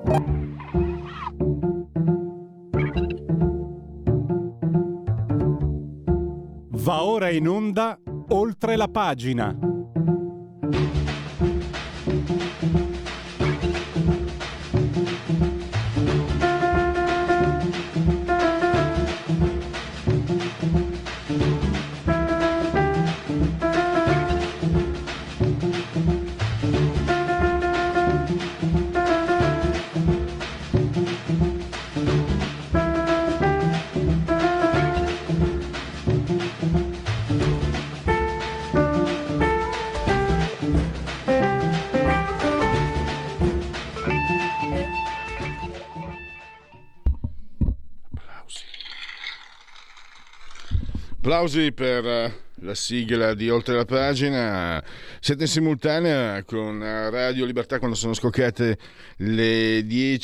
Va ora in onda Oltre la pagina. Applausi per la sigla di Oltre la pagina. Siete in simultanea con Radio Libertà quando sono scoccate le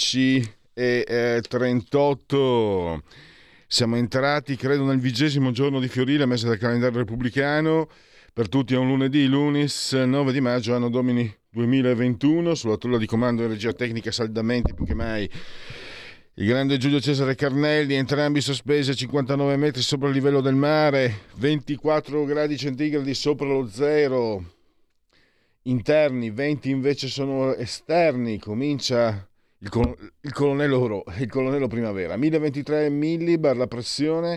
10:38. Siamo entrati, credo, nel 20° giorno di Fiorile, mese dal calendario repubblicano. Per tutti è un lunedì, lunis 9 di maggio, anno domini 2021. Sulla tolla di comando in regia tecnica saldamente, più che mai, il grande Giulio Cesare Carnelli, entrambi sospesi a 59 metri sopra il livello del mare, 24 gradi centigradi sopra lo zero, interni, 20 invece sono esterni. Comincia il colonnello primavera, 1023 millibar la pressione,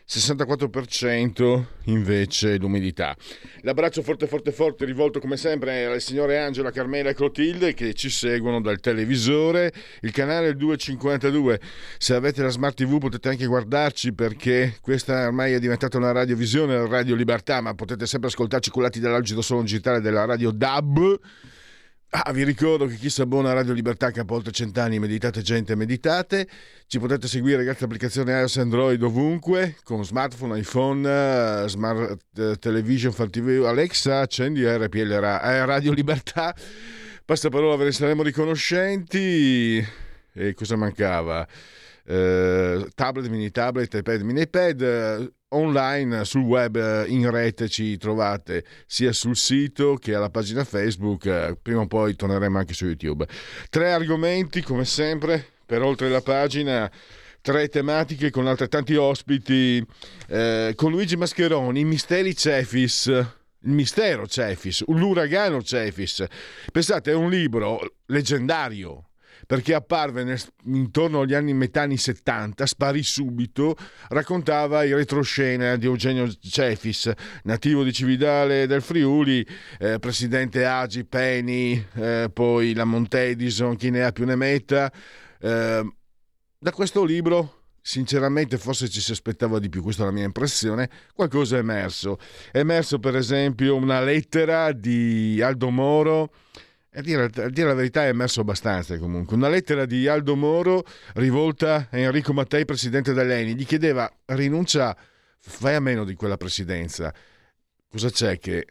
64% invece l'umidità. L'abbraccio forte forte forte rivolto come sempre alle signore Angela, Carmela e Clotilde che ci seguono dal televisore. Il canale è il 252. Se avete la Smart TV potete anche guardarci, perché questa ormai è diventata una radiovisione, Radio Libertà, ma potete sempre ascoltarci cullati dall'algido suono digitale della radio DAB. Vi ricordo che chi si abbona a Radio Libertà capo oltre 100 anni, meditate gente, meditate. Ci potete seguire grazie all'applicazione iOS e Android ovunque, con smartphone, iPhone, Smart Television, Fire TV, Alexa, accendi RPL Radio Libertà. Passaparola, ve ne saremo riconoscenti. E cosa mancava? Tablet, mini tablet, iPad, mini iPad. Online sul web, in rete ci trovate sia sul sito che alla pagina Facebook. Prima o poi torneremo anche su YouTube. 3 argomenti come sempre per Oltre la pagina, 3 tematiche con altrettanti ospiti. Con Luigi Mascheroni, i misteri Cefis, il mistero Cefis, l'uragano Cefis. Pensate, è un libro leggendario, perché apparve intorno agli anni metà anni 70, sparì subito, raccontava il retroscena di Eugenio Cefis, nativo di Cividale del Friuli, presidente Agi, Peni, poi la Montedison, chi ne ha più ne metta. Da questo libro, sinceramente, forse ci si aspettava di più, questa è la mia impressione. Qualcosa è emerso. È emerso per esempio una lettera di Aldo Moro. A dire la verità è emerso abbastanza comunque. Una lettera di Aldo Moro rivolta a Enrico Mattei, presidente dell'ENI. Gli chiedeva: rinuncia, fai a meno di quella presidenza. Cosa c'è che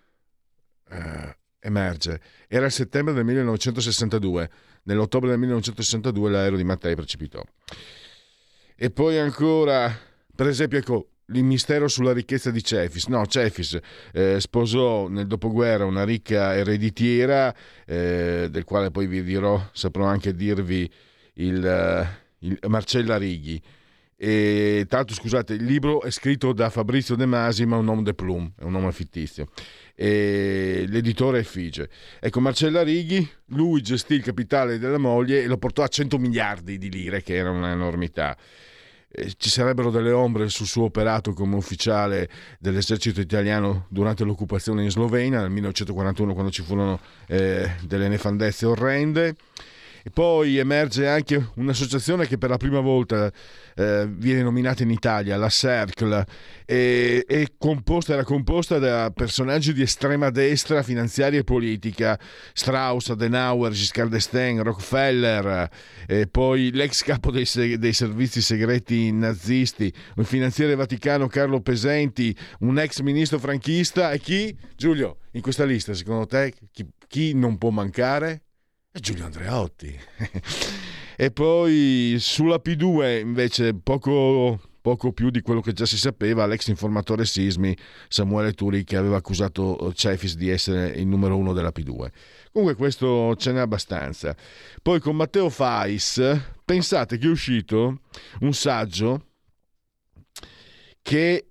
emerge? Era il settembre del 1962. Nell'ottobre del 1962 l'aereo di Mattei precipitò. E poi ancora, per esempio, ecco, il mistero sulla ricchezza di Cefis. No, Cefis sposò nel dopoguerra una ricca ereditiera, del quale poi vi dirò, saprò anche dirvi il Marcella Righi. E tra l'altro, scusate, il libro è scritto da Fabrizio De Masi, ma è un nome de plume, è un nome fittizio. E l'editore è Fige. Ecco, Marcella Righi, lui gestì il capitale della moglie e lo portò a 100 miliardi di lire, che era un'enormità. Ci sarebbero delle ombre sul suo operato come ufficiale dell'esercito italiano durante l'occupazione in Slovenia nel 1941, quando ci furono delle nefandezze orrende. E poi emerge anche un'associazione che per la prima volta viene nominata in Italia, la Cercle, era composta da personaggi di estrema destra finanziaria e politica: Strauss, Adenauer, Giscard d'Estaing, Rockefeller, e poi l'ex capo dei servizi segreti nazisti, un finanziere vaticano Carlo Pesenti, un ex ministro franchista. E chi, Giulio, in questa lista secondo te chi non può mancare? È Giulio Andreotti. E poi sulla P2 invece poco poco più di quello che già si sapeva l'ex informatore sismi Samuele Turi, che aveva accusato Cefis di essere il numero uno della P2. Comunque questo ce n'è abbastanza. Poi con Matteo Fais, pensate che è uscito un saggio che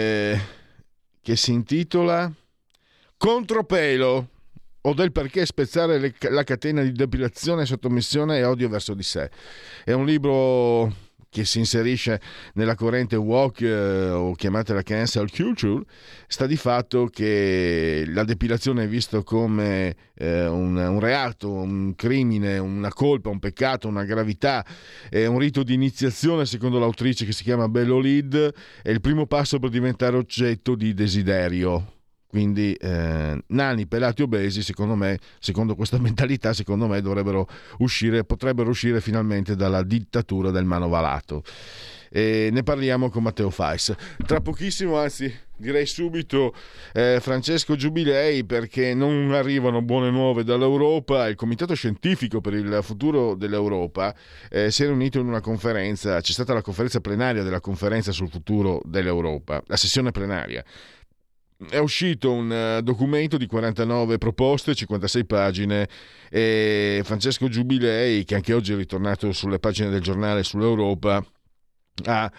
si intitola Contropelo, o del perché spezzare la catena di depilazione, sottomissione e odio verso di sé. È un libro che si inserisce nella corrente woke, o chiamatela cancel culture. Sta di fatto che la depilazione è vista come un reato, un crimine, una colpa, un peccato, una gravità, è un rito di iniziazione, secondo l'autrice che si chiama Belle Olid, è il primo passo per diventare oggetto di desiderio. Quindi nani, pelati, obesi, secondo questa mentalità, secondo me potrebbero uscire finalmente dalla dittatura del manovalato. E ne parliamo con Matteo Fais tra pochissimo, anzi direi subito. Francesco Giubilei, perché non arrivano buone nuove dall'Europa. Il Comitato Scientifico per il Futuro dell'Europa si è riunito in una conferenza, c'è stata la conferenza plenaria della conferenza sul futuro dell'Europa, la sessione plenaria. È uscito un documento di 49 proposte, 56 pagine, e Francesco Giubilei, che anche oggi è ritornato sulle pagine del giornale sull'Europa, ha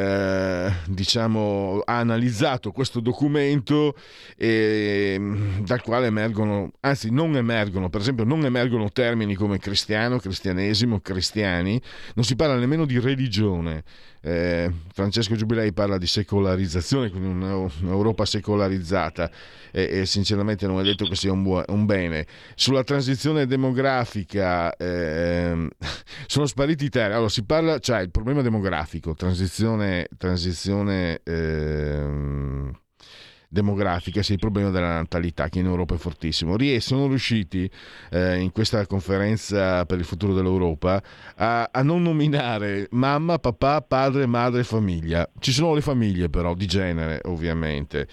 analizzato questo documento, dal quale non emergono termini come cristiano, cristianesimo, cristiani, non si parla nemmeno di religione. Francesco Giubilei parla di secolarizzazione, quindi un'Europa secolarizzata, e sinceramente non è detto che sia un bene. Sulla transizione demografica sono spariti i termini. Allora si parla, cioè il problema demografico, transizione demografica, sì, il problema della natalità, che in Europa è fortissimo. Sono riusciti in questa conferenza per il futuro dell'Europa a non nominare mamma, papà, padre, madre, famiglia. Ci sono le famiglie però di genere, ovviamente.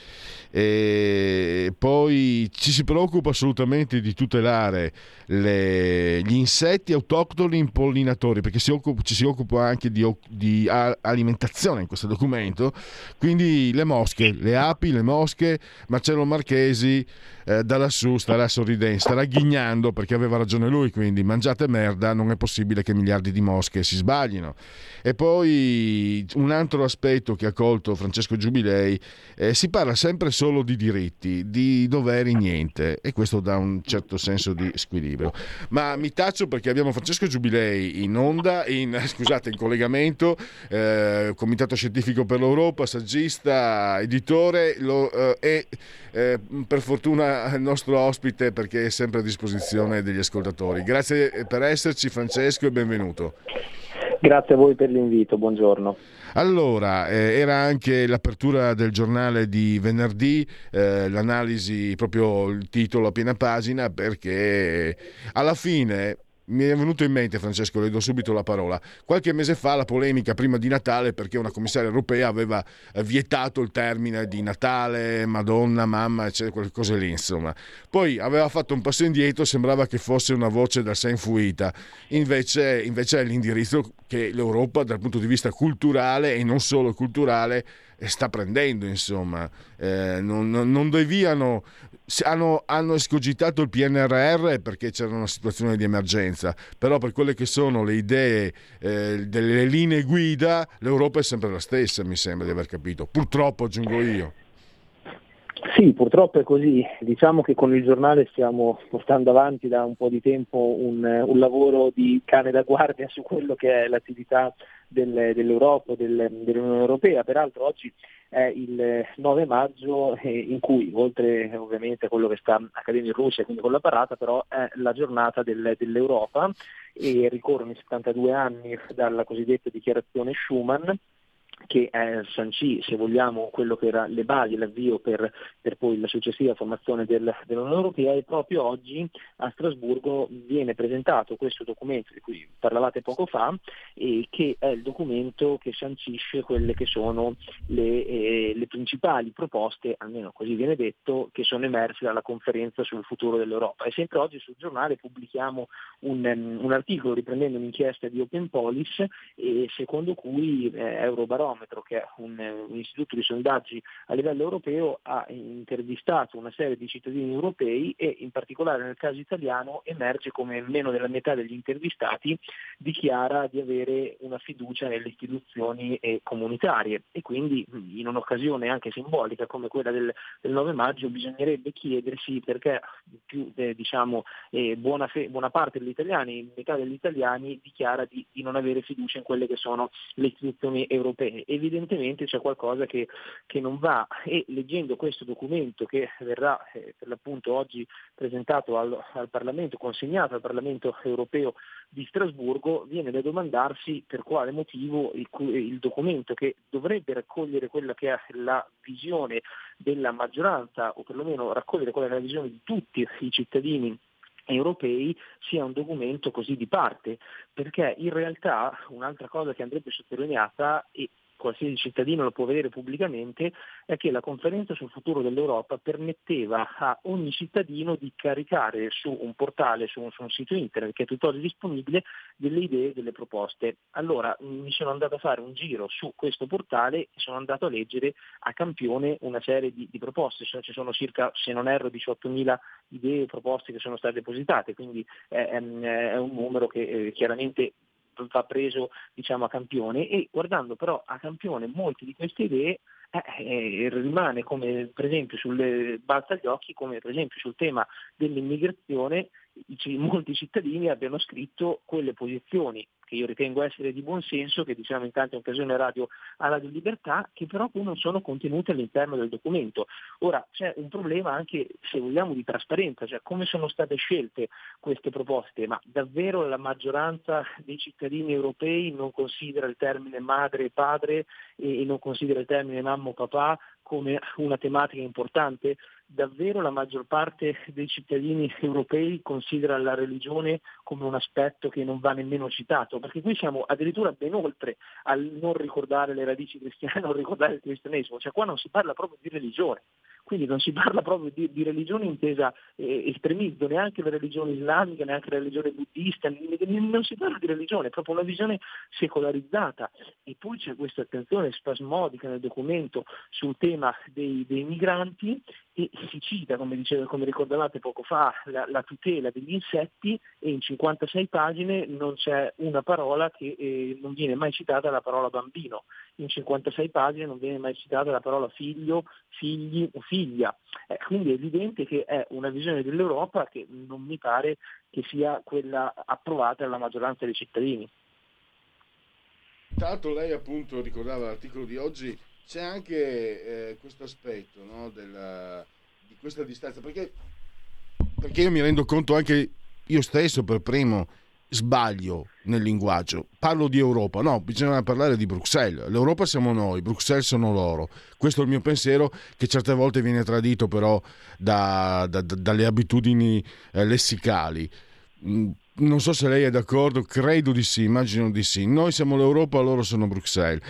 E poi ci si preoccupa assolutamente di tutelare gli insetti autoctoni impollinatori, perché ci si occupa anche di alimentazione in questo documento. Quindi le mosche, le api, le mosche. Marcello Marchesi da lassù starà sorridendo, starà ghignando, perché aveva ragione lui. Quindi mangiate merda, non è possibile che miliardi di mosche si sbaglino. E poi un altro aspetto che ha colto Francesco Giubilei, si parla sempre solo di diritti, di doveri niente, e questo dà un certo senso di squilibrio. Ma mi taccio perché abbiamo Francesco Giubilei in onda, in collegamento, Comitato Scientifico per l'Europa, saggista, editore, e per fortuna il nostro ospite, perché è sempre a disposizione degli ascoltatori. Grazie per esserci, Francesco, e benvenuto. Grazie a voi per l'invito, buongiorno. Allora, era anche l'apertura del giornale di venerdì, l'analisi, proprio il titolo a piena pagina, perché alla fine mi è venuto in mente, Francesco, le do subito la parola. Qualche mese fa la polemica prima di Natale, perché una commissaria europea aveva vietato il termine di Natale, Madonna, mamma, eccetera, quelle cose lì, insomma. Poi aveva fatto un passo indietro, sembrava che fosse una voce da sen fuita. Invece è l'indirizzo che l'Europa, dal punto di vista culturale e non solo culturale, sta prendendo, insomma. Non deviano. Hanno escogitato il PNRR perché c'era una situazione di emergenza, però per quelle che sono le idee, delle linee guida, l'Europa è sempre la stessa, mi sembra di aver capito. Purtroppo, aggiungo io. Sì, purtroppo è così. Diciamo che con il giornale stiamo portando avanti da un po' di tempo un lavoro di cane da guardia su quello che è l'attività dell'Europa, dell'Unione Europea. Peraltro oggi è il 9 maggio, in cui, oltre ovviamente a quello che sta accadendo in Russia, quindi con la parata, però è la giornata dell'Europa, e ricorrono i 72 anni dalla cosiddetta dichiarazione Schuman, che sancì, se vogliamo, quello che era le basi, l'avvio per poi la successiva formazione dell'Unione Europea. E proprio oggi a Strasburgo viene presentato questo documento di cui parlavate poco fa, e che è il documento che sancisce quelle che sono le principali proposte, almeno così viene detto, che sono emerse dalla conferenza sul futuro dell'Europa. E sempre oggi sul giornale pubblichiamo un articolo riprendendo un'inchiesta di Open Policy, secondo cui Eurobarometro Eurobarometro, che è un istituto di sondaggi a livello europeo, ha intervistato una serie di cittadini europei e in particolare nel caso italiano emerge come meno della metà degli intervistati dichiara di avere una fiducia nelle istituzioni comunitarie, e quindi in un'occasione anche simbolica come quella del 9 maggio bisognerebbe chiedersi perché buona parte degli italiani, metà degli italiani dichiara di non avere fiducia in quelle che sono le istituzioni europee. Evidentemente c'è qualcosa che non va, e leggendo questo documento che verrà per l'appunto oggi presentato al Parlamento, consegnato al Parlamento europeo di Strasburgo, viene da domandarsi per quale motivo il documento, che dovrebbe raccogliere quella che è la visione della maggioranza, o perlomeno raccogliere quella che è la visione di tutti i cittadini europei, sia un documento così di parte, perché in realtà un'altra cosa che andrebbe sottolineata, e qualsiasi cittadino lo può vedere pubblicamente, è che la conferenza sul futuro dell'Europa permetteva a ogni cittadino di caricare su un portale, su un sito internet che è tutt'oggi disponibile, delle idee, delle proposte. Allora mi sono andato a fare un giro su questo portale e sono andato a leggere a campione una serie di proposte. Ci sono circa, se non erro, 18.000 idee e proposte che sono state depositate, quindi è un numero che chiaramente va preso a campione, e guardando però a campione molte di queste idee rimane, come per esempio balza agli occhi come per esempio sul tema dell'immigrazione molti cittadini abbiano scritto quelle posizioni che io ritengo essere di buon senso, che diciamo in tante occasioni a Radio Libertà, che però poi non sono contenute all'interno del documento. Ora c'è un problema anche, se vogliamo, di trasparenza, cioè come sono state scelte queste proposte, ma davvero la maggioranza dei cittadini europei non considera il termine madre e padre e non considera il termine mamma o papà come una tematica importante? Davvero la maggior parte dei cittadini europei considera la religione come un aspetto che non va nemmeno citato? Perché qui siamo addirittura ben oltre al non ricordare le radici cristiane, non ricordare il cristianesimo, cioè qua non si parla proprio di religione. Quindi non si parla proprio di religione intesa estremizzo, neanche la religione islamica, neanche la religione buddista, non si parla di religione, è proprio una visione secolarizzata. E poi c'è questa attenzione spasmodica nel documento sul tema dei migranti, e si cita, come ricordavate poco fa, la tutela degli insetti, e in 56 pagine non c'è una parola che non viene mai citata la parola bambino. In 56 pagine non viene mai citata la parola figlio, figli o figlia. Quindi è evidente che è una visione dell'Europa che non mi pare che sia quella approvata dalla maggioranza dei cittadini. Tanto lei appunto ricordava l'articolo di oggi, c'è anche questo aspetto, no, di questa distanza, perché io mi rendo conto anche io stesso per primo sbaglio nel linguaggio, parlo di Europa, no, bisogna parlare di Bruxelles. L'Europa siamo noi, Bruxelles sono loro. Questo è il mio pensiero, che certe volte viene tradito però dalle abitudini lessicali. Non so se lei è d'accordo, credo di sì, immagino di sì. Noi siamo l'Europa, loro sono Bruxelles,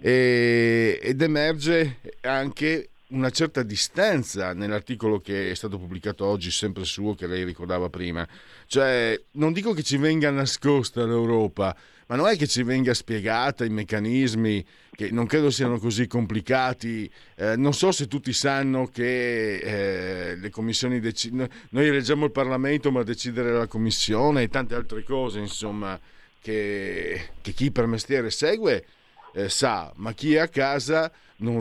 ed emerge anche una certa distanza nell'articolo che è stato pubblicato oggi, sempre suo, che lei ricordava prima. Cioè, non dico che ci venga nascosta l'Europa, ma non è che ci venga spiegata i meccanismi, che non credo siano così complicati. Non so se tutti sanno che le commissioni noi eleggiamo il Parlamento, ma decidere la commissione e tante altre cose, insomma, che chi per mestiere segue sa, ma chi è a casa non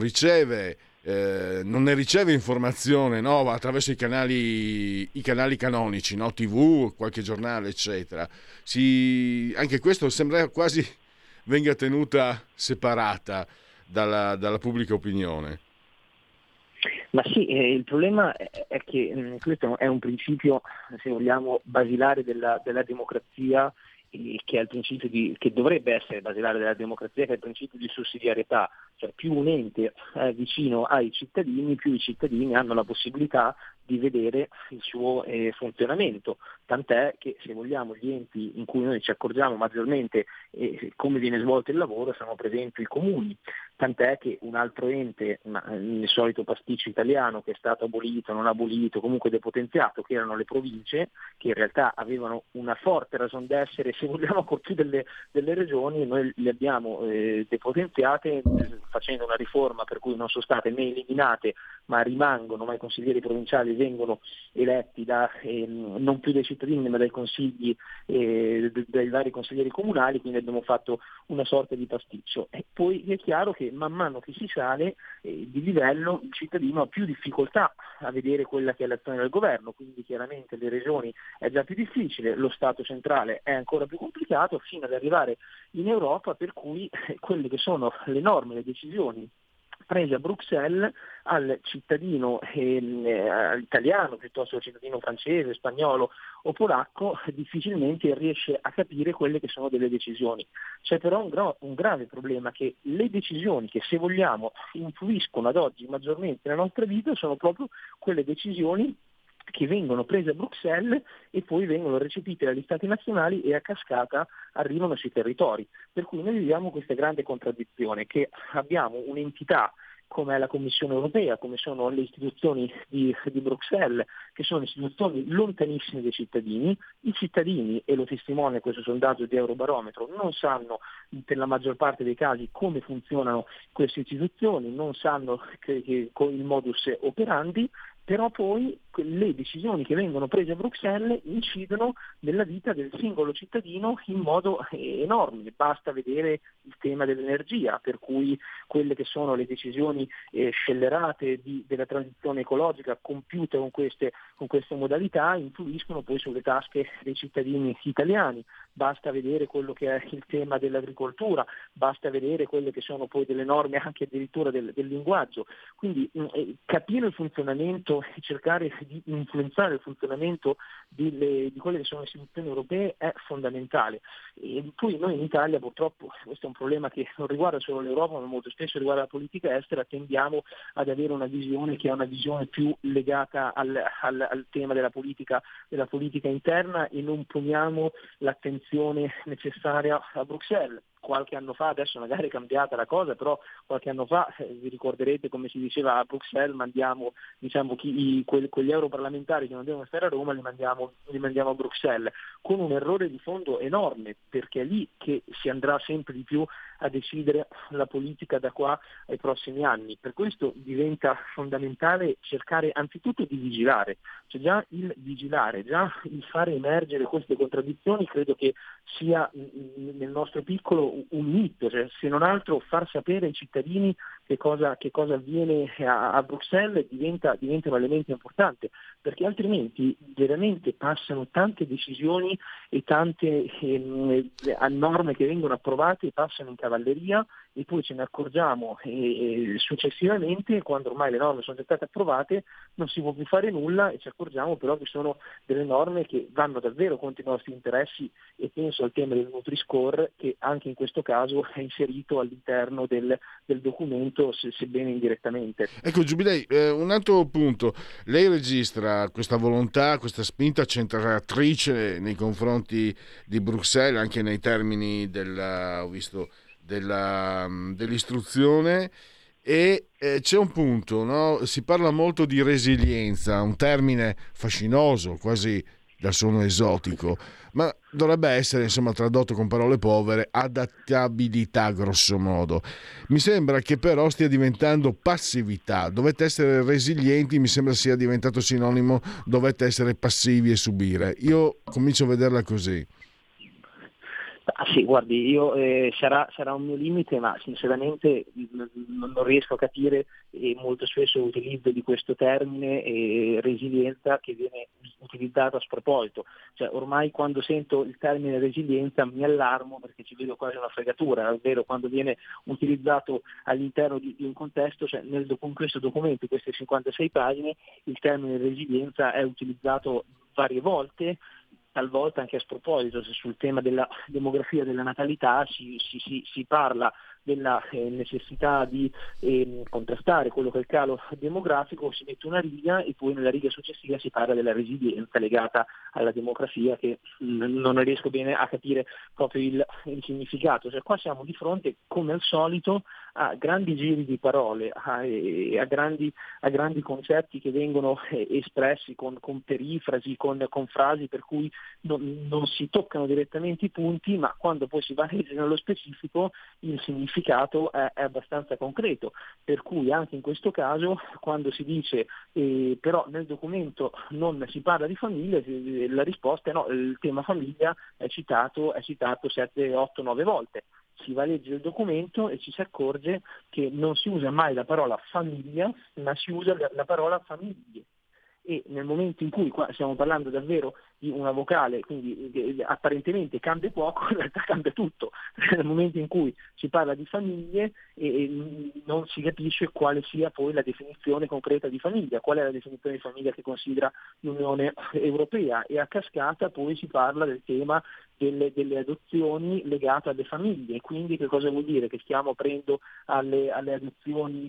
ne riceve informazione, no? Attraverso i canali canonici, no? TV, qualche giornale, eccetera. Anche questo sembra quasi venga tenuta separata dalla pubblica opinione. Ma sì, il problema è che questo è un principio, se vogliamo, basilare della democrazia, che è il principio che dovrebbe essere basilare della democrazia, che è il principio di sussidiarietà. Cioè più un ente è vicino ai cittadini, più i cittadini hanno la possibilità di vedere il suo funzionamento, tant'è che, se vogliamo, gli enti in cui noi ci accorgiamo maggiormente come viene svolto il lavoro sono per esempio i comuni. tant'è che un altro ente, il solito pasticcio italiano che è stato abolito, non abolito, comunque depotenziato, che erano le province, che in realtà avevano una forte ragion d'essere, se vogliamo, ancor più delle regioni, noi le abbiamo depotenziate facendo una riforma per cui non sono state né eliminate ma rimangono, ma i consiglieri provinciali vengono eletti non più dai cittadini ma dai consigli, dai vari consiglieri comunali, quindi abbiamo fatto una sorta di pasticcio. E poi è chiaro che man mano che si sale di livello il cittadino ha più difficoltà a vedere quella che è l'azione del governo, quindi chiaramente le regioni è già più difficile, lo Stato centrale è ancora più complicato, fino ad arrivare in Europa, per cui quelle che sono le norme, le decisioni prese a Bruxelles al cittadino italiano, piuttosto che al cittadino francese, spagnolo o polacco, difficilmente riesce a capire quelle che sono delle decisioni. C'è però un grave problema, che le decisioni che, se vogliamo, influiscono ad oggi maggiormente nella nostra vita sono proprio quelle decisioni che vengono prese a Bruxelles e poi vengono recepite dagli Stati nazionali e a cascata arrivano sui territori. Per cui noi viviamo questa grande contraddizione, che abbiamo un'entità come è la Commissione europea, come sono le istituzioni di Bruxelles, che sono istituzioni lontanissime dai cittadini. I cittadini, e lo testimonia questo sondaggio di Eurobarometro, non sanno per la maggior parte dei casi come funzionano queste istituzioni, non sanno con il modus operandi, però poi le decisioni che vengono prese a Bruxelles incidono nella vita del singolo cittadino in modo enorme. Basta vedere il tema dell'energia, per cui quelle che sono le decisioni scellerate della transizione ecologica compiute con queste modalità influiscono poi sulle tasche dei cittadini italiani. Basta vedere quello che è il tema dell'agricoltura, basta vedere quelle che sono poi delle norme anche addirittura del linguaggio. Quindi capire il funzionamento e cercare di influenzare il funzionamento di quelle che sono le istituzioni europee è fondamentale. E poi noi in Italia, purtroppo, questo è un problema che non riguarda solo l'Europa ma molto spesso riguarda la politica estera, tendiamo ad avere una visione che è una visione più legata al tema della politica interna, e non poniamo l'attenzione necessaria a Bruxelles. Qualche anno fa, adesso magari è cambiata la cosa, però qualche anno fa vi ricorderete come si diceva a Bruxelles, mandiamo quegli europarlamentari che non devono stare a Roma, li mandiamo a Bruxelles, con un errore di fondo enorme, perché è lì che si andrà sempre di più a decidere la politica da qua ai prossimi anni. Per questo diventa fondamentale cercare anzitutto di vigilare, cioè già il vigilare, già il fare emergere queste contraddizioni credo che sia nel nostro piccolo un mito, cioè, se non altro far sapere ai cittadini che cosa avviene a Bruxelles diventa un elemento importante, perché altrimenti veramente passano tante decisioni e tante norme che vengono approvate e passano in cavalleria, e poi ce ne accorgiamo successivamente, quando ormai le norme sono già state approvate, non si può più fare nulla, e ci accorgiamo però che sono delle norme che vanno davvero contro i nostri interessi, e penso al tema del Nutri-Score, che anche in questo caso è inserito all'interno del documento, sebbene indirettamente. Ecco Giubilei, un altro punto: lei registra questa volontà, questa spinta centratrice nei confronti di Bruxelles, anche nei termini dell'istruzione, e c'è un punto, no? Si parla molto di resilienza, un termine fascinoso, quasi dal suono esotico, ma dovrebbe essere, insomma, tradotto con parole povere, adattabilità grosso modo. Mi sembra che però stia diventando passività. Dovete essere resilienti, mi sembra sia diventato sinonimo dovete essere passivi e subire. Io comincio a vederla così. Ah, sì, guardi, io sarà un mio limite, ma sinceramente non riesco a capire molto spesso l'utilizzo di questo termine resilienza, che viene utilizzato a sproposito. Cioè, ormai quando sento il termine resilienza mi allarmo, perché ci vedo quasi una fregatura, ovvero quando viene utilizzato all'interno di un contesto, cioè in questo documento, in queste 56 pagine, il termine resilienza è utilizzato varie volte, talvolta anche a sproposito, se sul tema della demografia, della natalità si parla della necessità di contrastare quello che è il calo demografico, si mette una riga e poi nella riga successiva si parla della resilienza legata alla demografia, che non riesco bene a capire proprio il significato. Cioè, qua siamo di fronte, come al solito, a grandi giri di parole, a grandi concetti che vengono espressi con perifrasi, con frasi per cui non si toccano direttamente i punti, ma quando poi si va a leggere nello specifico il significato è abbastanza concreto. Per cui anche in questo caso, quando si dice però nel documento non si parla di famiglia, la risposta è no, il tema famiglia è citato 7, 8, 9 volte. Si va a leggere il documento e ci si accorge che non si usa mai la parola famiglia, ma si usa la parola famiglie. E nel momento in cui qua stiamo parlando davvero di una vocale, quindi apparentemente cambia poco, in realtà cambia tutto. Nel momento in cui si parla di famiglie non si capisce quale sia poi la definizione concreta di famiglia, qual è la definizione di famiglia che considera l'Unione Europea, e a cascata poi si parla del tema delle adozioni legate alle famiglie. Quindi che cosa vuol dire? Che stiamo aprendo alle adozioni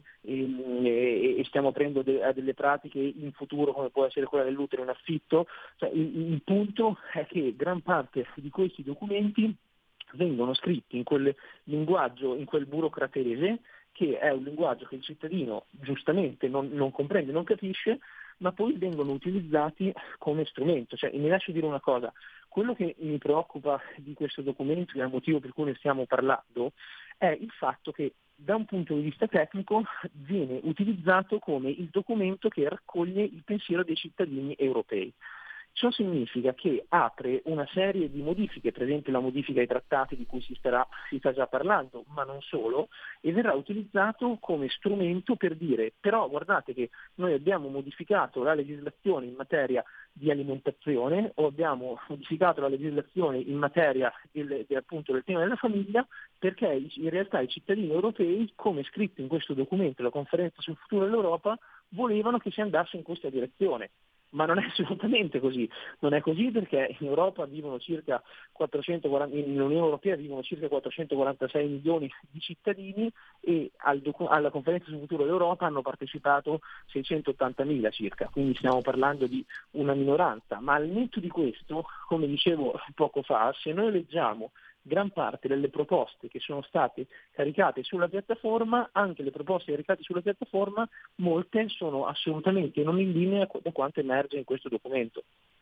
e stiamo aprendo a delle pratiche in futuro, come può essere quella dell'utero in affitto. Cioè, il punto è che gran parte di questi documenti vengono scritti in quel linguaggio, in quel burocratese, che è un linguaggio che il cittadino giustamente non comprende, non capisce, ma poi vengono utilizzati come strumento. Cioè, mi lascio dire una cosa: quello che mi preoccupa di questo documento, e è il motivo per cui ne stiamo parlando, è il fatto che da un punto di vista tecnico viene utilizzato come il documento che raccoglie il pensiero dei cittadini europei. Ciò significa che apre una serie di modifiche, per esempio la modifica ai trattati di cui si sta già parlando, ma non solo, e verrà utilizzato come strumento per dire: però guardate che noi abbiamo modificato la legislazione in materia di alimentazione, o abbiamo modificato la legislazione in materia appunto del tema della famiglia, perché in realtà i cittadini europei, come scritto in questo documento, la conferenza sul futuro dell'Europa, volevano che si andasse in questa direzione. Ma non è assolutamente così. Non è così, perché in Europa vivono circa 440, nell'Unione Europea vivono circa 446 milioni di cittadini, e alla conferenza sul futuro dell'Europa hanno partecipato 680.000 circa, quindi stiamo parlando di una minoranza. Ma al netto di questo, come dicevo poco fa, se noi leggiamo gran parte delle proposte che sono state caricate sulla piattaforma, anche le proposte caricate sulla piattaforma, molte sono assolutamente non in linea da quanto emerge in questo documento.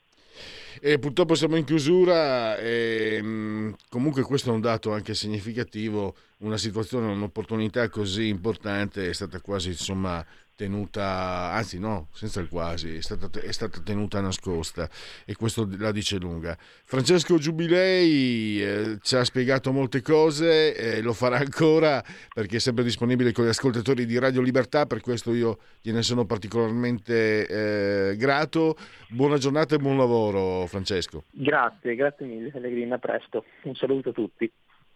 E purtroppo siamo in chiusura, comunque questo è un dato anche significativo. Una situazione, un'opportunità così importante è stata quasi tenuta, anzi no, senza il quasi, è stata tenuta nascosta, e questo la dice lunga. Francesco Giubilei ci ha spiegato molte cose, lo farà ancora perché è sempre disponibile con gli ascoltatori di Radio Libertà, per questo io gliene sono particolarmente grato. Buona giornata e buon lavoro, Francesco. Grazie mille Pellegrino, a presto, un saluto a tutti.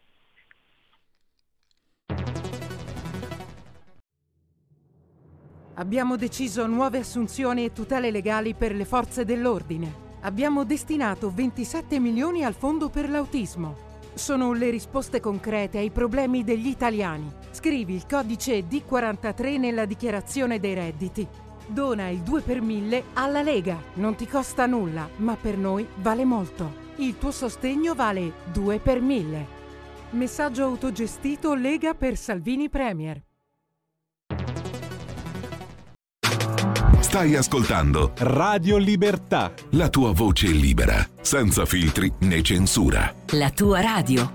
Abbiamo deciso nuove assunzioni e tutele legali per le forze dell'ordine. Abbiamo destinato 27 milioni al fondo per l'autismo. Sono le risposte concrete ai problemi degli italiani. Scrivi il codice D43 nella dichiarazione dei redditi. Dona il 2 per 1000 alla Lega. Non ti costa nulla, ma per noi vale molto. Il tuo sostegno vale 2 per 1000. Messaggio autogestito Lega per Salvini Premier. Stai ascoltando Radio Libertà, la tua voce libera, senza filtri né censura. La tua radio.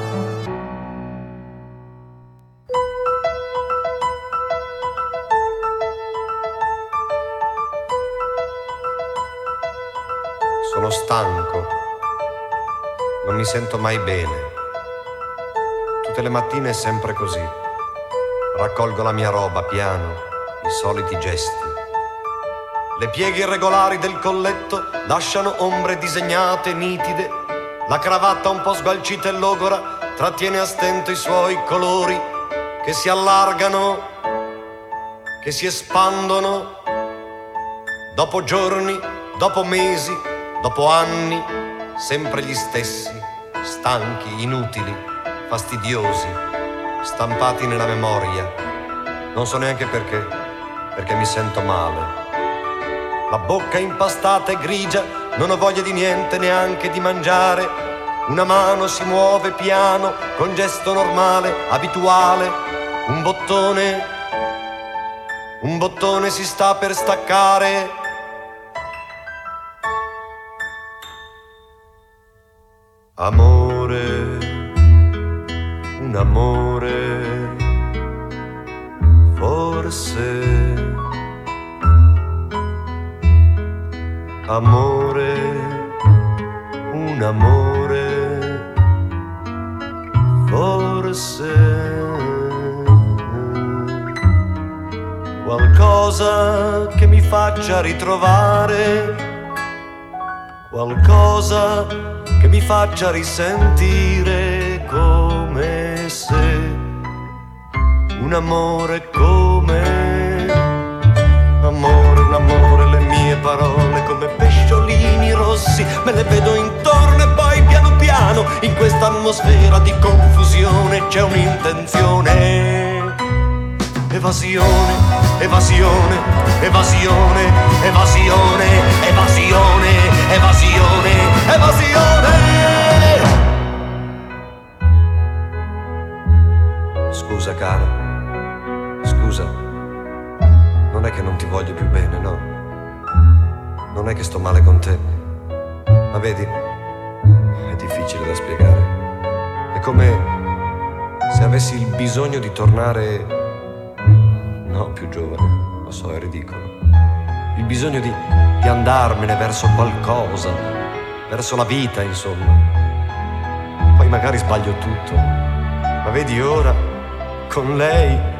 Sono stanco, non mi sento mai bene. Tutte le mattine è sempre così. Raccolgo la mia roba piano, i soliti gesti. Le pieghe irregolari del colletto lasciano ombre disegnate nitide. La cravatta un po' sgualcita e logora trattiene a stento i suoi colori, che si allargano, che si espandono. Dopo giorni, dopo mesi, dopo anni, sempre gli stessi, stanchi, inutili, fastidiosi, stampati nella memoria. Non so neanche perché mi sento male. La bocca impastata e grigia, non ho voglia di niente, neanche di mangiare. Una mano si muove piano, con gesto normale, abituale. Un bottone si sta per staccare. Amore, un amore, forse. Amore, un amore, forse. Qualcosa che mi faccia ritrovare, qualcosa che mi faccia risentire come se un amore come. Amore, un amore, le mie parole come pesciolini rossi, me le vedo intorno e poi piano piano in questa atmosfera di confusione c'è un'intenzione. Evasione, evasione, evasione, evasione, evasione, evasione, evasione. Scusa cara, scusa. Non è che non ti voglio più bene, no. Non è che sto male con te. Ma vedi, è difficile da spiegare. È come se avessi il bisogno di tornare, no, più giovane. Lo so, è ridicolo. Il bisogno di andarmene verso qualcosa, verso la vita, insomma. Poi magari sbaglio tutto. Ma vedi ora, con lei,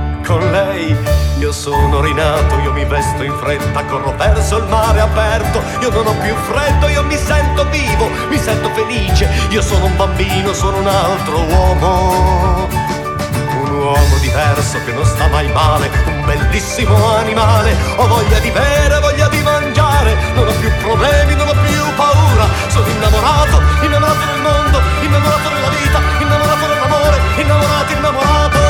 io sono rinato, io mi vesto in fretta, corro verso il mare aperto, io non ho più freddo, io mi sento vivo, mi sento felice, io sono un bambino, sono un altro uomo, un uomo diverso che non sta mai male, un bellissimo animale, ho voglia di bere, voglia di mangiare, non ho più problemi, non ho più paura, sono innamorato, innamorato del mondo, innamorato della vita, innamorato dell'amore, innamorato, innamorato.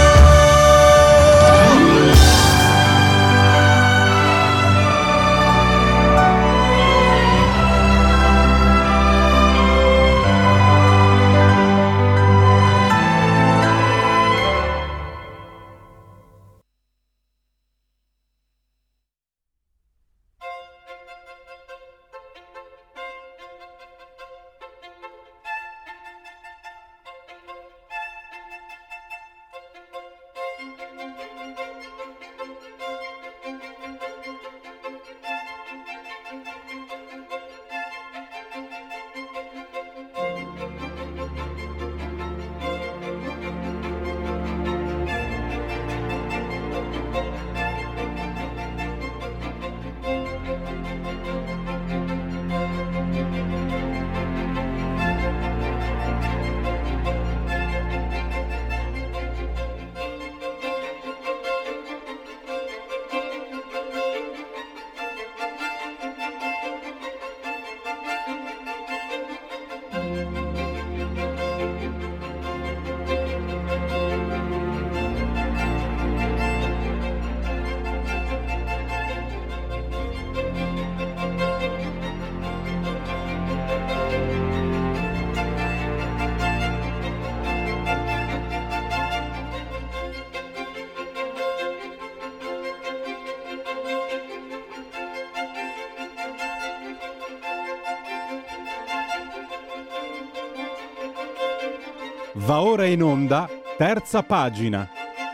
Va ora in onda, terza pagina.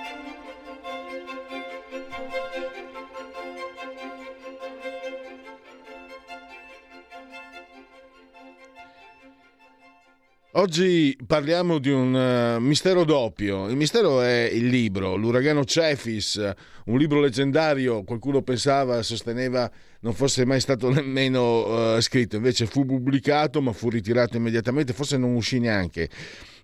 Oggi parliamo di un mistero doppio. Il mistero è il libro, L'uragano Cefis, un libro leggendario, qualcuno pensava, sosteneva non fosse mai stato nemmeno scritto, invece fu pubblicato ma fu ritirato immediatamente, forse non uscì neanche.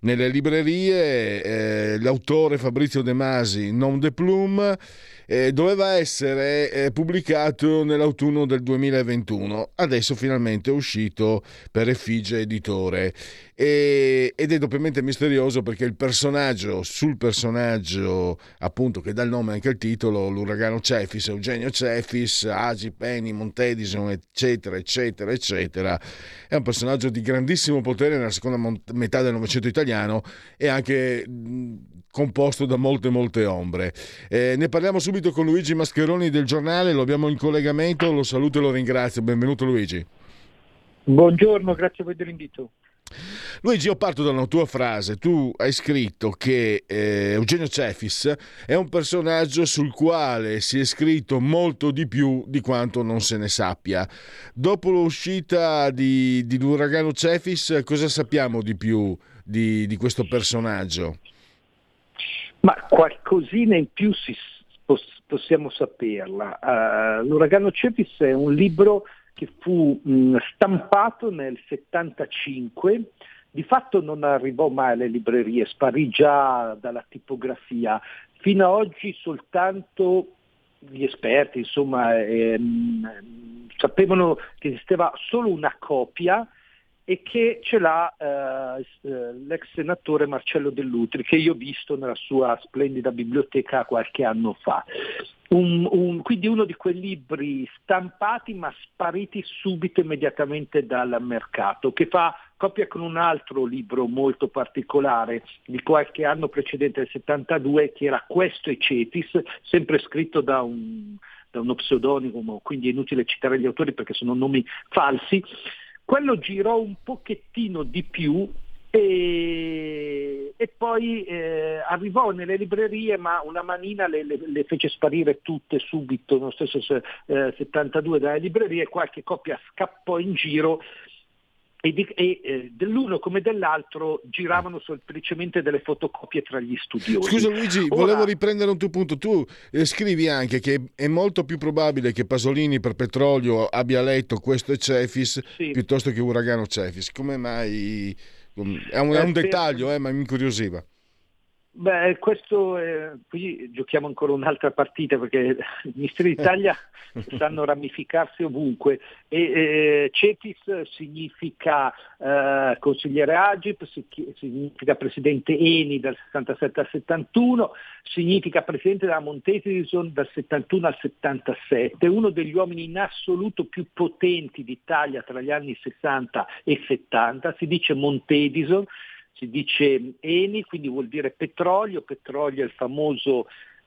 nelle librerie, l'autore Fabrizio De Masi, Nom de Plume, doveva essere pubblicato nell'autunno del 2021, adesso finalmente è uscito per Effigie Editore, ed è doppiamente misterioso perché sul personaggio appunto che dà il nome anche al titolo, l'uragano Cefis, Eugenio Cefis, Agip, Eni, Montedison, eccetera eccetera eccetera, è un personaggio di grandissimo potere nella seconda metà del Novecento italiano e anche composto da molte ombre. Ne parliamo subito con Luigi Mascheroni del Giornale, lo abbiamo in collegamento, lo saluto e lo ringrazio. Benvenuto Luigi. Buongiorno, grazie a voi dell'invito. Luigi, io parto da una tua frase. Tu hai scritto che Eugenio Cefis è un personaggio sul quale si è scritto molto di più di quanto non se ne sappia. Dopo l'uscita di l'uragano Cefis, cosa sappiamo di più di questo personaggio? Ma qualcosina in più possiamo saperla. L'uragano Cefis è un libro che fu stampato nel 75, di fatto non arrivò mai alle librerie, sparì già dalla tipografia. Fino ad oggi soltanto gli esperti, insomma, sapevano che esisteva solo una copia e che ce l'ha l'ex senatore Marcello Dell'Utri, che io ho visto nella sua splendida biblioteca qualche anno fa. Quindi uno di quei libri stampati ma spariti subito, immediatamente dal mercato, che fa coppia con un altro libro molto particolare di qualche anno precedente, del 72, che era Questo e Cefis, sempre scritto da uno pseudonimo, quindi è inutile citare gli autori perché sono nomi falsi. Quello girò un pochettino di più e poi arrivò nelle librerie, ma una manina le fece sparire tutte subito, nello stesso 72 dalle librerie, qualche copia scappò in giro e dell'uno come dell'altro giravano semplicemente delle fotocopie tra gli studiosi. Scusa Luigi, volevo riprendere un tuo punto. Tu scrivi anche che è molto più probabile che Pasolini per Petrolio abbia letto Questo e Cefis, sì, piuttosto che Uragano Cefis. Come mai? È un dettaglio, ma mi incuriosiva. Beh, questo qui giochiamo ancora un'altra partita, perché i misteri d'Italia sanno ramificarsi ovunque e Cefis significa consigliere Agip, significa presidente Eni dal 67 al 71, significa presidente della Montedison dal 71 al 77, uno degli uomini in assoluto più potenti d'Italia tra gli anni 60 e 70, si dice Montedison, si dice Eni, quindi vuol dire petrolio. Petrolio è il famoso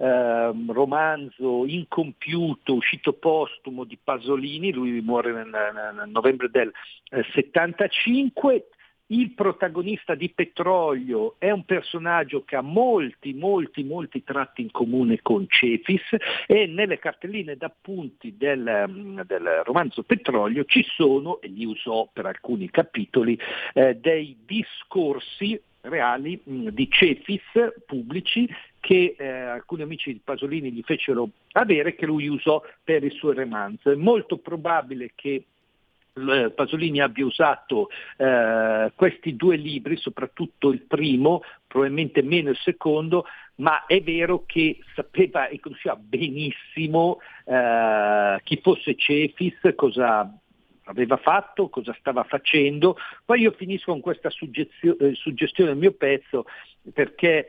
romanzo incompiuto, uscito postumo di Pasolini, lui muore nel novembre del 75. Il protagonista di Petrolio è un personaggio che ha molti tratti in comune con Cefis, e nelle cartelline d'appunti del romanzo Petrolio ci sono, e li usò per alcuni capitoli, dei discorsi reali di Cefis pubblici che alcuni amici di Pasolini gli fecero avere, che lui usò per il suo romanzo. È molto probabile che Pasolini abbia usato questi due libri, soprattutto il primo, probabilmente meno il secondo, ma è vero che sapeva e conosceva benissimo chi fosse Cefis, cosa aveva fatto, cosa stava facendo. Poi io finisco con questa suggestione del mio pezzo, perché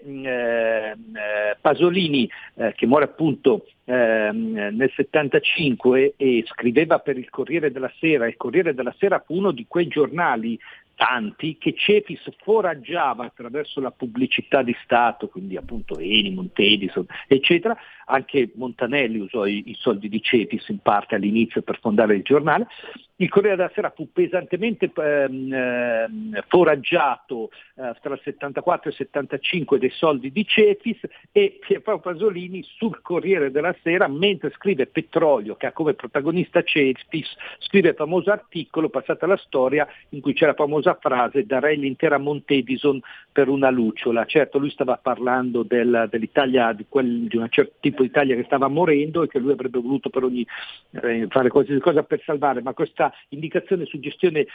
Pasolini, che muore appunto nel 75 e scriveva per il Corriere della Sera, il Corriere della Sera fu uno di quei giornali tanti che Cefis foraggiava attraverso la pubblicità di Stato, quindi appunto Eni, Montedison, eccetera. Anche Montanelli usò i soldi di Cefis in parte all'inizio per fondare il giornale. Il Corriere della Sera fu pesantemente foraggiato tra il 74 e il 75 dei soldi di Cefis, e Piero Pasolini sul Corriere della Sera, mentre scrive Petrolio, che ha come protagonista Cefis, scrive il famoso articolo, passata la storia, in cui c'è la famosa famosa frase: darei l'intera Monte Edison per una lucciola. Certo, lui stava parlando dell'Italia, di un certo tipo di Italia che stava morendo e che lui avrebbe voluto per fare qualsiasi cosa per salvare, ma questa indicazione, suggestione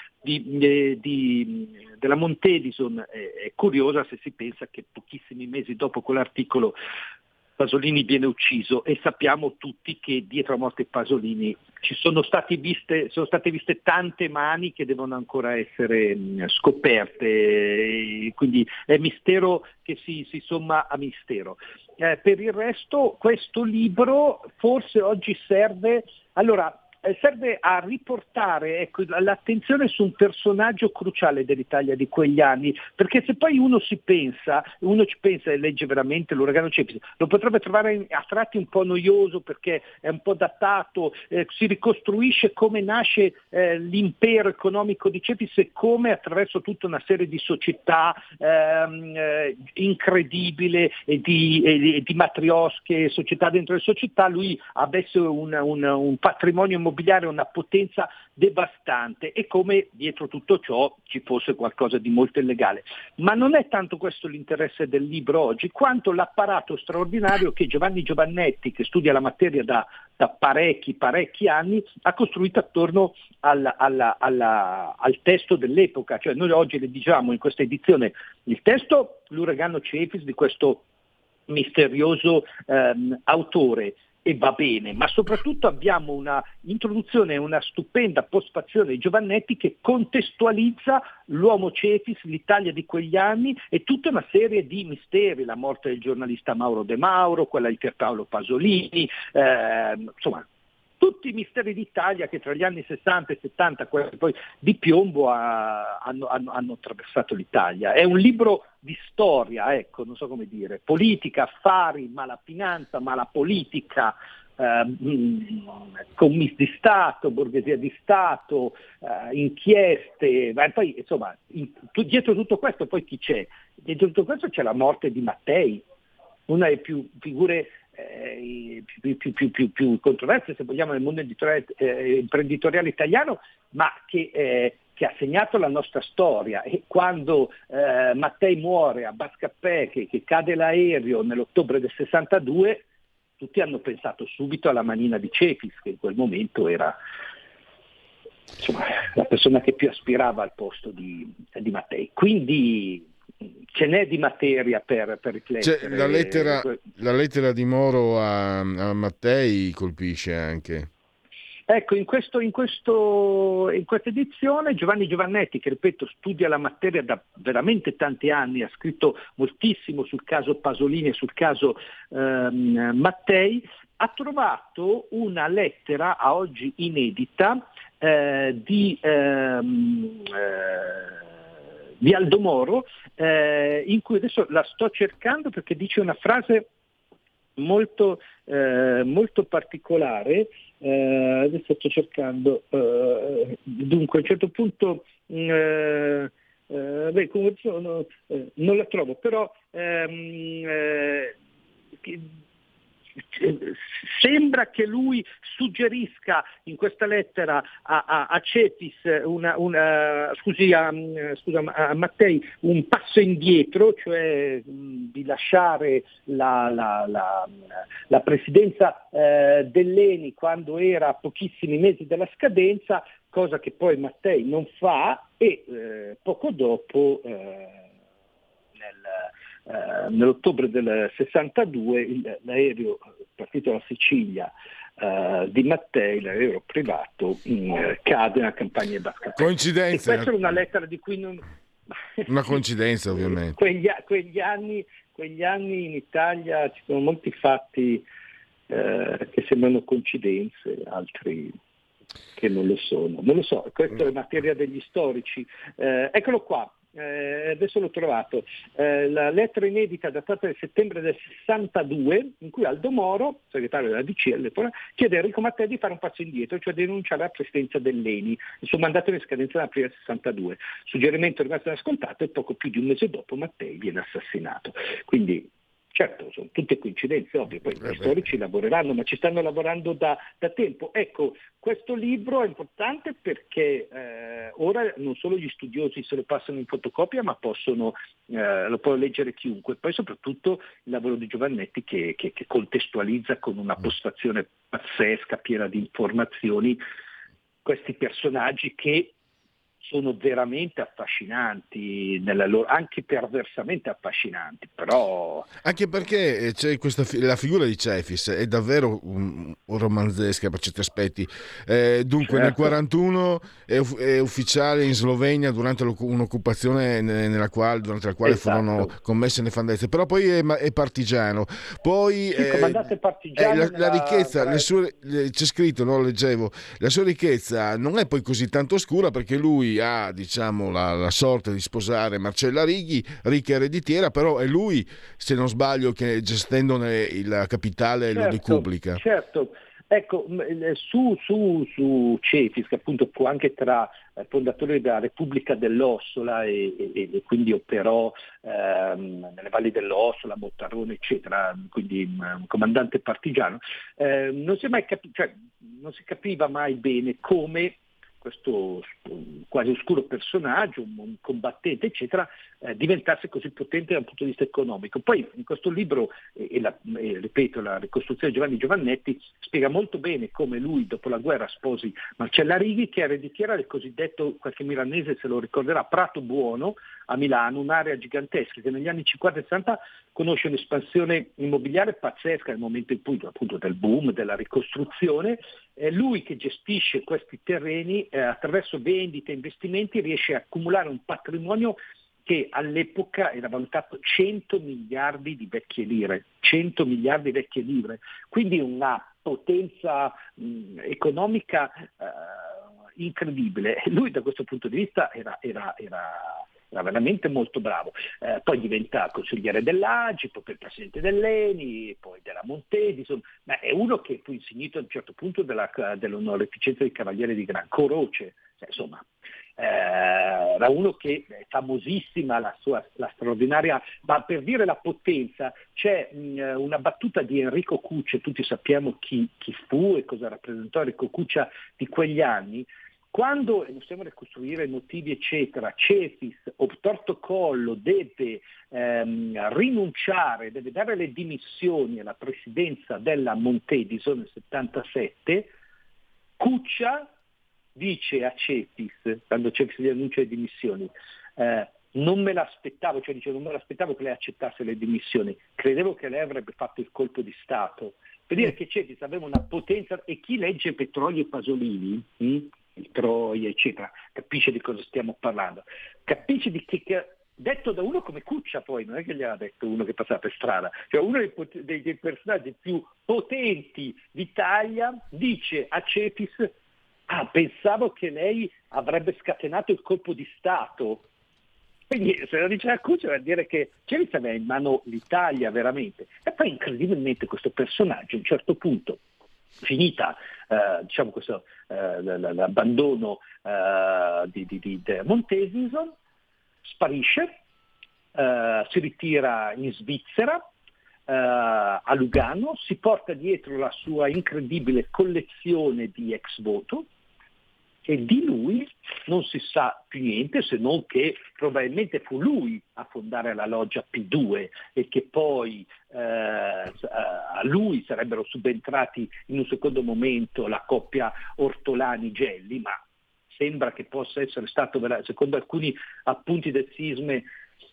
della Monte Edison è curiosa se si pensa che pochissimi mesi dopo quell'articolo Pasolini viene ucciso, e sappiamo tutti che dietro la morte di Pasolini sono state viste tante mani che devono ancora essere scoperte, quindi è mistero che si somma a mistero. Per il resto questo libro forse oggi serve a riportare l'attenzione su un personaggio cruciale dell'Italia di quegli anni, perché se poi uno ci pensa e legge veramente l'Uragano Cepis, lo potrebbe trovare a tratti un po' noioso perché è un po' datato, si ricostruisce come nasce l'impero economico di Cepis e come attraverso tutta una serie di società incredibile e di matriosche, società dentro le società, lui avesse un patrimonio immobiliare, una potenza devastante, e come dietro tutto ciò ci fosse qualcosa di molto illegale. Ma non è tanto questo l'interesse del libro oggi, quanto l'apparato straordinario che Giovanni Giovannetti, che studia la materia da parecchi anni, ha costruito attorno al testo dell'epoca. Cioè noi oggi le diciamo in questa edizione il testo, l'Uragano Cepis, di questo misterioso autore, e va bene, ma soprattutto abbiamo una introduzione, una stupenda postfazione di Giovannetti che contestualizza l'uomo Cepis, l'Italia di quegli anni e tutta una serie di misteri, la morte del giornalista Mauro De Mauro, quella di Pierpaolo Pasolini, insomma tutti i misteri d'Italia che tra gli anni 60 e 70, poi di piombo, hanno attraversato l'Italia. È un libro di storia, ecco, non so come dire, politica, affari, ma la finanza, ma la politica, commiss di Stato, borghesia di Stato, inchieste, ma poi insomma dietro tutto questo poi chi c'è? Dietro tutto questo c'è la morte di Mattei, una delle più figure più controverse, se vogliamo, nel mondo imprenditoriale italiano, ma che ha segnato la nostra storia. E quando Mattei muore a Bascapè, che cade l'aereo nell'ottobre del 62, tutti hanno pensato subito alla manina di Cepis, che in quel momento era, insomma, la persona che più aspirava al posto di Mattei. Quindi ce n'è di materia per riflettere. La lettera di Moro a Mattei colpisce anche. Ecco, in questa edizione Giovanni Giovannetti, che ripeto studia la materia da veramente tanti anni, ha scritto moltissimo sul caso Pasolini e sul caso Mattei, ha trovato una lettera a oggi inedita di Aldo Moro, in cui adesso la sto cercando perché dice una frase molto particolare. Adesso sto cercando, dunque a un certo punto non la trovo, però sembra che lui suggerisca in questa lettera a Cepis a Mattei un passo indietro, cioè di lasciare la presidenza dell'ENI quando era a pochissimi mesi dalla scadenza, cosa che poi Mattei non fa, e poco dopo nell'ottobre del 62 l'aereo partito dalla Sicilia di Mattei, l'aereo privato, cade nella campagna di Bascapè. Coincidenza? E questa è una lettera di cui non... Una coincidenza, ovviamente. Quegli anni in Italia ci sono molti fatti che sembrano coincidenze, altri che non lo sono. Non lo so, questa è materia degli storici. Eccolo qua. Adesso l'ho trovato, la lettera inedita datata del settembre del 62, in cui Aldo Moro, segretario della DC all'epoca, chiede a Enrico Mattei di fare un passo indietro, cioè denunciare la presidenza dell'ENI. Il suo mandato è in scadenza nell'aprile del 62. Suggerimento rimasto inascoltato e poco più di un mese dopo Mattei viene assassinato. Quindi Certo, sono tutte coincidenze, ovvio, poi gli storici lavoreranno, ma ci stanno lavorando da tempo. Ecco, questo libro è importante perché ora non solo gli studiosi se lo passano in fotocopia, ma lo può leggere chiunque. Poi soprattutto il lavoro di Giovannetti che contestualizza con una postazione pazzesca, piena di informazioni, questi personaggi che sono veramente affascinanti, anche perversamente affascinanti, però... Anche perché c'è la figura di Cefis è davvero romanzesca per certi aspetti. Dunque, nel 1941 è ufficiale in Slovenia durante un'occupazione durante la quale furono commesse nefandezze, però poi è partigiano. Poi comandante partigiano la ricchezza, c'è scritto, no, leggevo, la sua ricchezza non è poi così tanto oscura perché lui ha, diciamo, la sorte di sposare Marcella Righi, ricca ereditiera, però è lui, se non sbaglio, che gestendone la capitale lo decupplica. Certo, ecco, su Cefis, che appunto fu anche tra fondatori della Repubblica dell'Ossola e quindi operò nelle valli dell'Ossola, Mottarone, eccetera, quindi un comandante partigiano, non si capiva mai bene come questo quasi oscuro personaggio, un combattente, eccetera, diventasse così potente dal punto di vista economico. Poi in questo libro, ripeto, la ricostruzione di Giovanni Giovannetti spiega molto bene come lui dopo la guerra sposi Marcella Righi, che era ereditiera del cosiddetto, qualche milanese se lo ricorderà, Prato Buono a Milano, un'area gigantesca che negli anni 50 e 60 conosce un'espansione immobiliare pazzesca nel momento in cui, appunto, del boom, della ricostruzione. Lui che gestisce questi terreni attraverso vendite e investimenti riesce a accumulare un patrimonio che all'epoca era valutato 100 miliardi di vecchie lire, 100 miliardi di vecchie lire, quindi una potenza economica incredibile. Lui da questo punto di vista era veramente molto bravo. Poi diventa consigliere dell'AGI, poi presidente dell'ENI, poi della Montedi, insomma, ma è uno che fu insignito a un certo punto dell'onorificenza di Cavaliere di Gran Croce, insomma. Era uno che è famosissima la straordinaria, ma per dire la potenza c'è una battuta di Enrico Cuccia, tutti sappiamo chi fu e cosa rappresentò Enrico Cuccia di quegli anni. Quando possiamo ricostruire motivi eccetera, Cefis obtorto collo deve rinunciare, deve dare le dimissioni alla presidenza della Montedison nel 77, Cuccia dice a Cefis, quando Cefis gli annuncia le dimissioni, non me l'aspettavo che lei accettasse le dimissioni, credevo che lei avrebbe fatto il colpo di Stato. Per dire che Cefis aveva una potenza, e chi legge Petrolio e Pasolini, il Troia, eccetera, capisce di cosa stiamo parlando, capisce di che detto da uno come Cuccia, poi non è che gli ha detto uno che passava per strada, cioè uno dei personaggi più potenti d'Italia dice a Cefis: pensavo che lei avrebbe scatenato il colpo di Stato. Quindi se lo dice a Cuccia vuol dire che Cefis aveva in mano l'Italia veramente. E poi incredibilmente questo personaggio a un certo punto, finita questo l'abbandono di Montesison, sparisce, si ritira in Svizzera, a Lugano, si porta dietro la sua incredibile collezione di ex voto, e di lui non si sa più niente, se non che probabilmente fu lui a fondare la loggia P2 e che poi a lui sarebbero subentrati in un secondo momento la coppia Ortolani-Gelli, ma sembra che possa essere stato, secondo alcuni appunti del sismi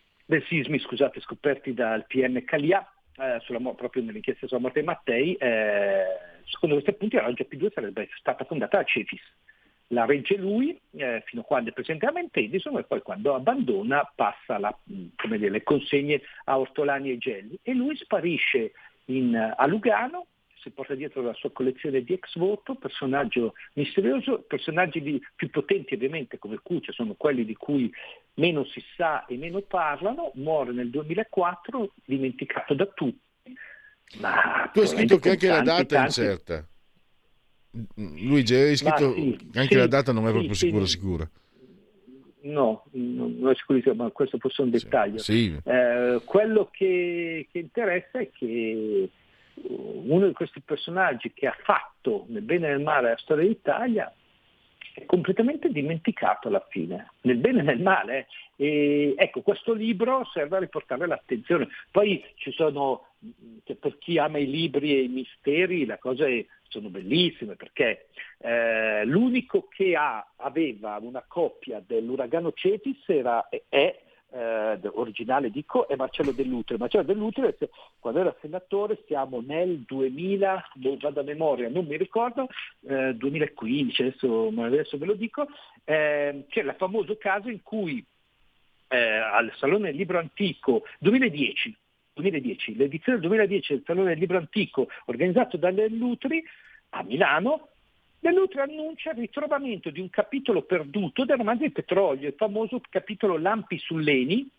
scoperti dal PM Calia, proprio nell'inchiesta sulla morte di Mattei, secondo questi appunti la loggia P2 sarebbe stata fondata da Cefis. La regge lui fino a quando è presente a Montedison, e poi quando abbandona passa le consegne a Ortolani e Gelli, e lui sparisce a Lugano, si porta dietro la sua collezione di ex voto, personaggio misterioso. Personaggi più potenti ovviamente come Cuccia sono quelli di cui meno si sa e meno parlano. Muore nel 2004, dimenticato da tutti. Ma tu hai scritto che anche la data è incerta. Luigi, hai scritto anche la data non è proprio sicura. No, non è sicurissimo, ma questo fosse un dettaglio. Sì. Quello che interessa è che uno di questi personaggi che ha fatto nel bene e nel male la storia d'Italia è completamente dimenticato alla fine, nel bene e nel male. E ecco, questo libro serve a riportare l'attenzione. Poi ci sono, per chi ama i libri e i misteri, le cose sono bellissime, perché l'unico che aveva una copia dell'uragano Cetis è originale dico, è Marcello Dell'Utri. Marcello Dell'Utri, quando era senatore, siamo nel 2000, vado a memoria, non mi ricordo, 2015, adesso ve lo dico, c'è il famoso caso in cui al Salone del Libro Antico 2010, l'edizione 2010 del Salone del Libro Antico organizzato da Dell'Utri a Milano, Dell'Utri annuncia il ritrovamento di un capitolo perduto del romanzo di Petrolio, il famoso capitolo Lampi sull'Eni,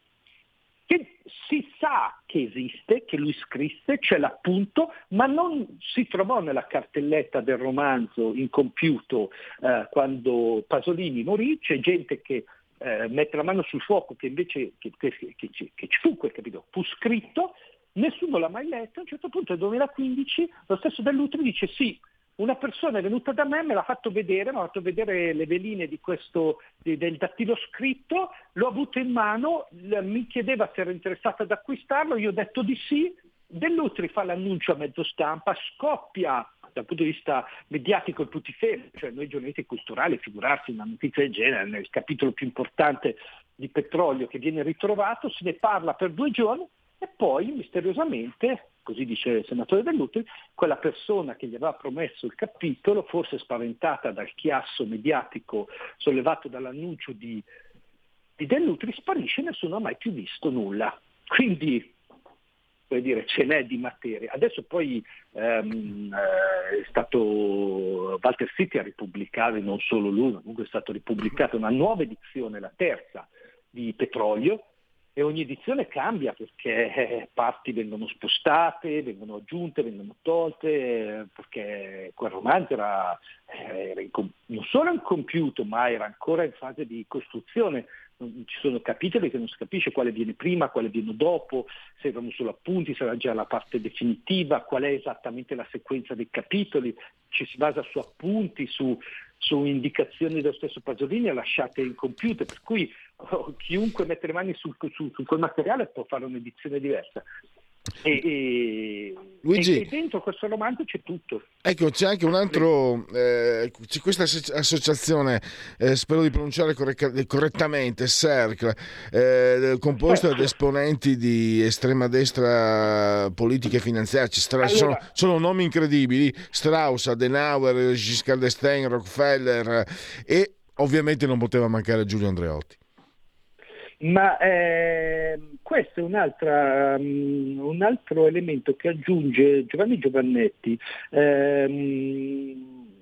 che si sa che esiste, che lui scrisse, c'è l'appunto, ma non si trovò nella cartelletta del romanzo incompiuto quando Pasolini morì. C'è gente che mette la mano sul fuoco che invece che ci fu quel capitolo, fu scritto, nessuno l'ha mai letto. A un certo punto nel 2015 lo stesso Dell'Utri dice sì, una persona è venuta da me, mi ha fatto vedere le veline del dattilo scritto, l'ho avuto in mano, mi chiedeva se ero interessata ad acquistarlo, io ho detto di sì. Dell'Utri fa l'annuncio a mezzo stampa, scoppia dal punto di vista mediatico il putiferio, cioè noi giornalisti culturali, figurarsi una notizia del genere nel capitolo più importante di Petrolio che viene ritrovato, se ne parla per 2 giorni e poi misteriosamente, così dice il senatore Dell'Utri, quella persona che gli aveva promesso il capitolo, forse spaventata dal chiasso mediatico sollevato dall'annuncio di Dell'Utri, sparisce e nessuno ha mai più visto nulla. Quindi ce n'è di materia. Adesso poi è stato Walter Sitti a ripubblicare, non solo lui, ma comunque è stato ripubblicata una nuova edizione, la terza, di Petrolio, e ogni edizione cambia perché parti vengono spostate, vengono aggiunte, vengono tolte, perché quel romanzo era non solo incompiuto, ma era ancora in fase di costruzione. Ci sono capitoli che non si capisce quale viene prima, quale viene dopo, se erano solo appunti, se era già la parte definitiva, qual è esattamente la sequenza dei capitoli, ci si basa su appunti, su indicazioni dello stesso Pasolini lasciate incompiute, per cui chiunque mette le mani su quel materiale può fare un'edizione diversa. Luigi, e dentro questo romanzo c'è tutto. Ecco, c'è anche un altro, c'è questa associazione, spero di pronunciare correttamente, Cercle, composta da esponenti di estrema destra politica e finanziaria. Sono nomi incredibili: Strauss, Adenauer, Giscard d'Estaing, Rockefeller, e ovviamente non poteva mancare Giulio Andreotti. Ma questo è un altro elemento che aggiunge Giovanni Giovannetti, che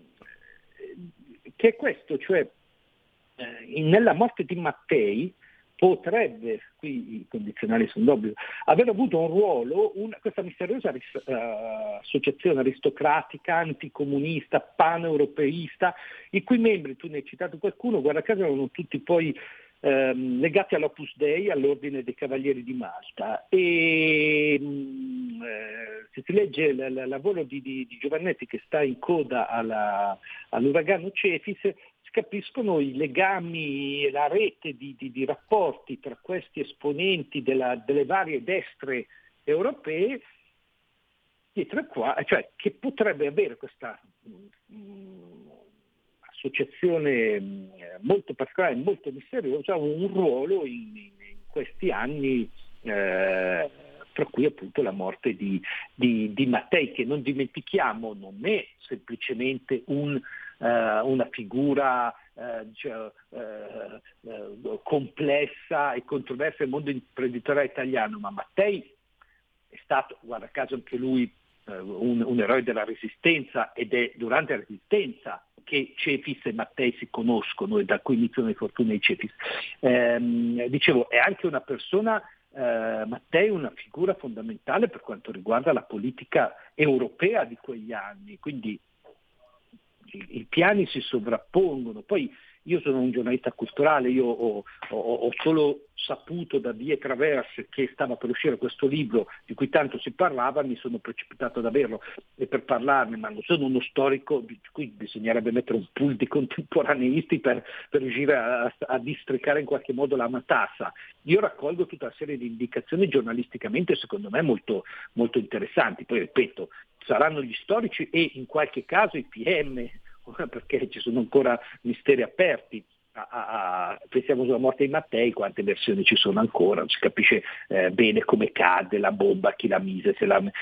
è questo, cioè nella morte di Mattei potrebbe, qui i condizionali sono d'obbligo, aver avuto un ruolo questa misteriosa associazione aristocratica, anticomunista, paneuropeista, i cui membri, tu ne hai citato qualcuno, guarda caso erano tutti poi legati all'Opus Dei, all'Ordine dei Cavalieri di Malta, e se si legge il lavoro di Giovannetti che sta in coda all'uragano Cetis, si capiscono i legami e la rete di rapporti tra questi esponenti delle varie destre europee, dietro qua, cioè che potrebbe avere questa associazione molto particolare, molto misteriosa, un ruolo in questi anni, tra cui appunto la morte di Mattei, che non dimentichiamo non è semplicemente una figura complessa e controversa nel mondo imprenditoriale italiano, ma Mattei è stato, guarda caso anche lui, un eroe della Resistenza, ed è durante la Resistenza che Cetis e Mattei si conoscono e da cui iniziano le fortune di Cetis. Dicevo, è anche una persona, Mattei, una figura fondamentale per quanto riguarda la politica europea di quegli anni, quindi i piani si sovrappongono. Poi io sono un giornalista culturale, io ho solo saputo da vie traverse che stava per uscire questo libro di cui tanto si parlava, mi sono precipitato ad averlo e per parlarne, ma non sono uno storico, di cui bisognerebbe mettere un pool di contemporaneisti per riuscire a districare in qualche modo la matassa. Io raccolgo tutta una serie di indicazioni giornalisticamente secondo me molto, molto interessanti, poi ripeto, saranno gli storici e in qualche caso i PM, perché ci sono ancora misteri aperti. Pensiamo sulla morte di Mattei, quante versioni ci sono ancora, non si capisce bene come cadde la bomba, chi la mise,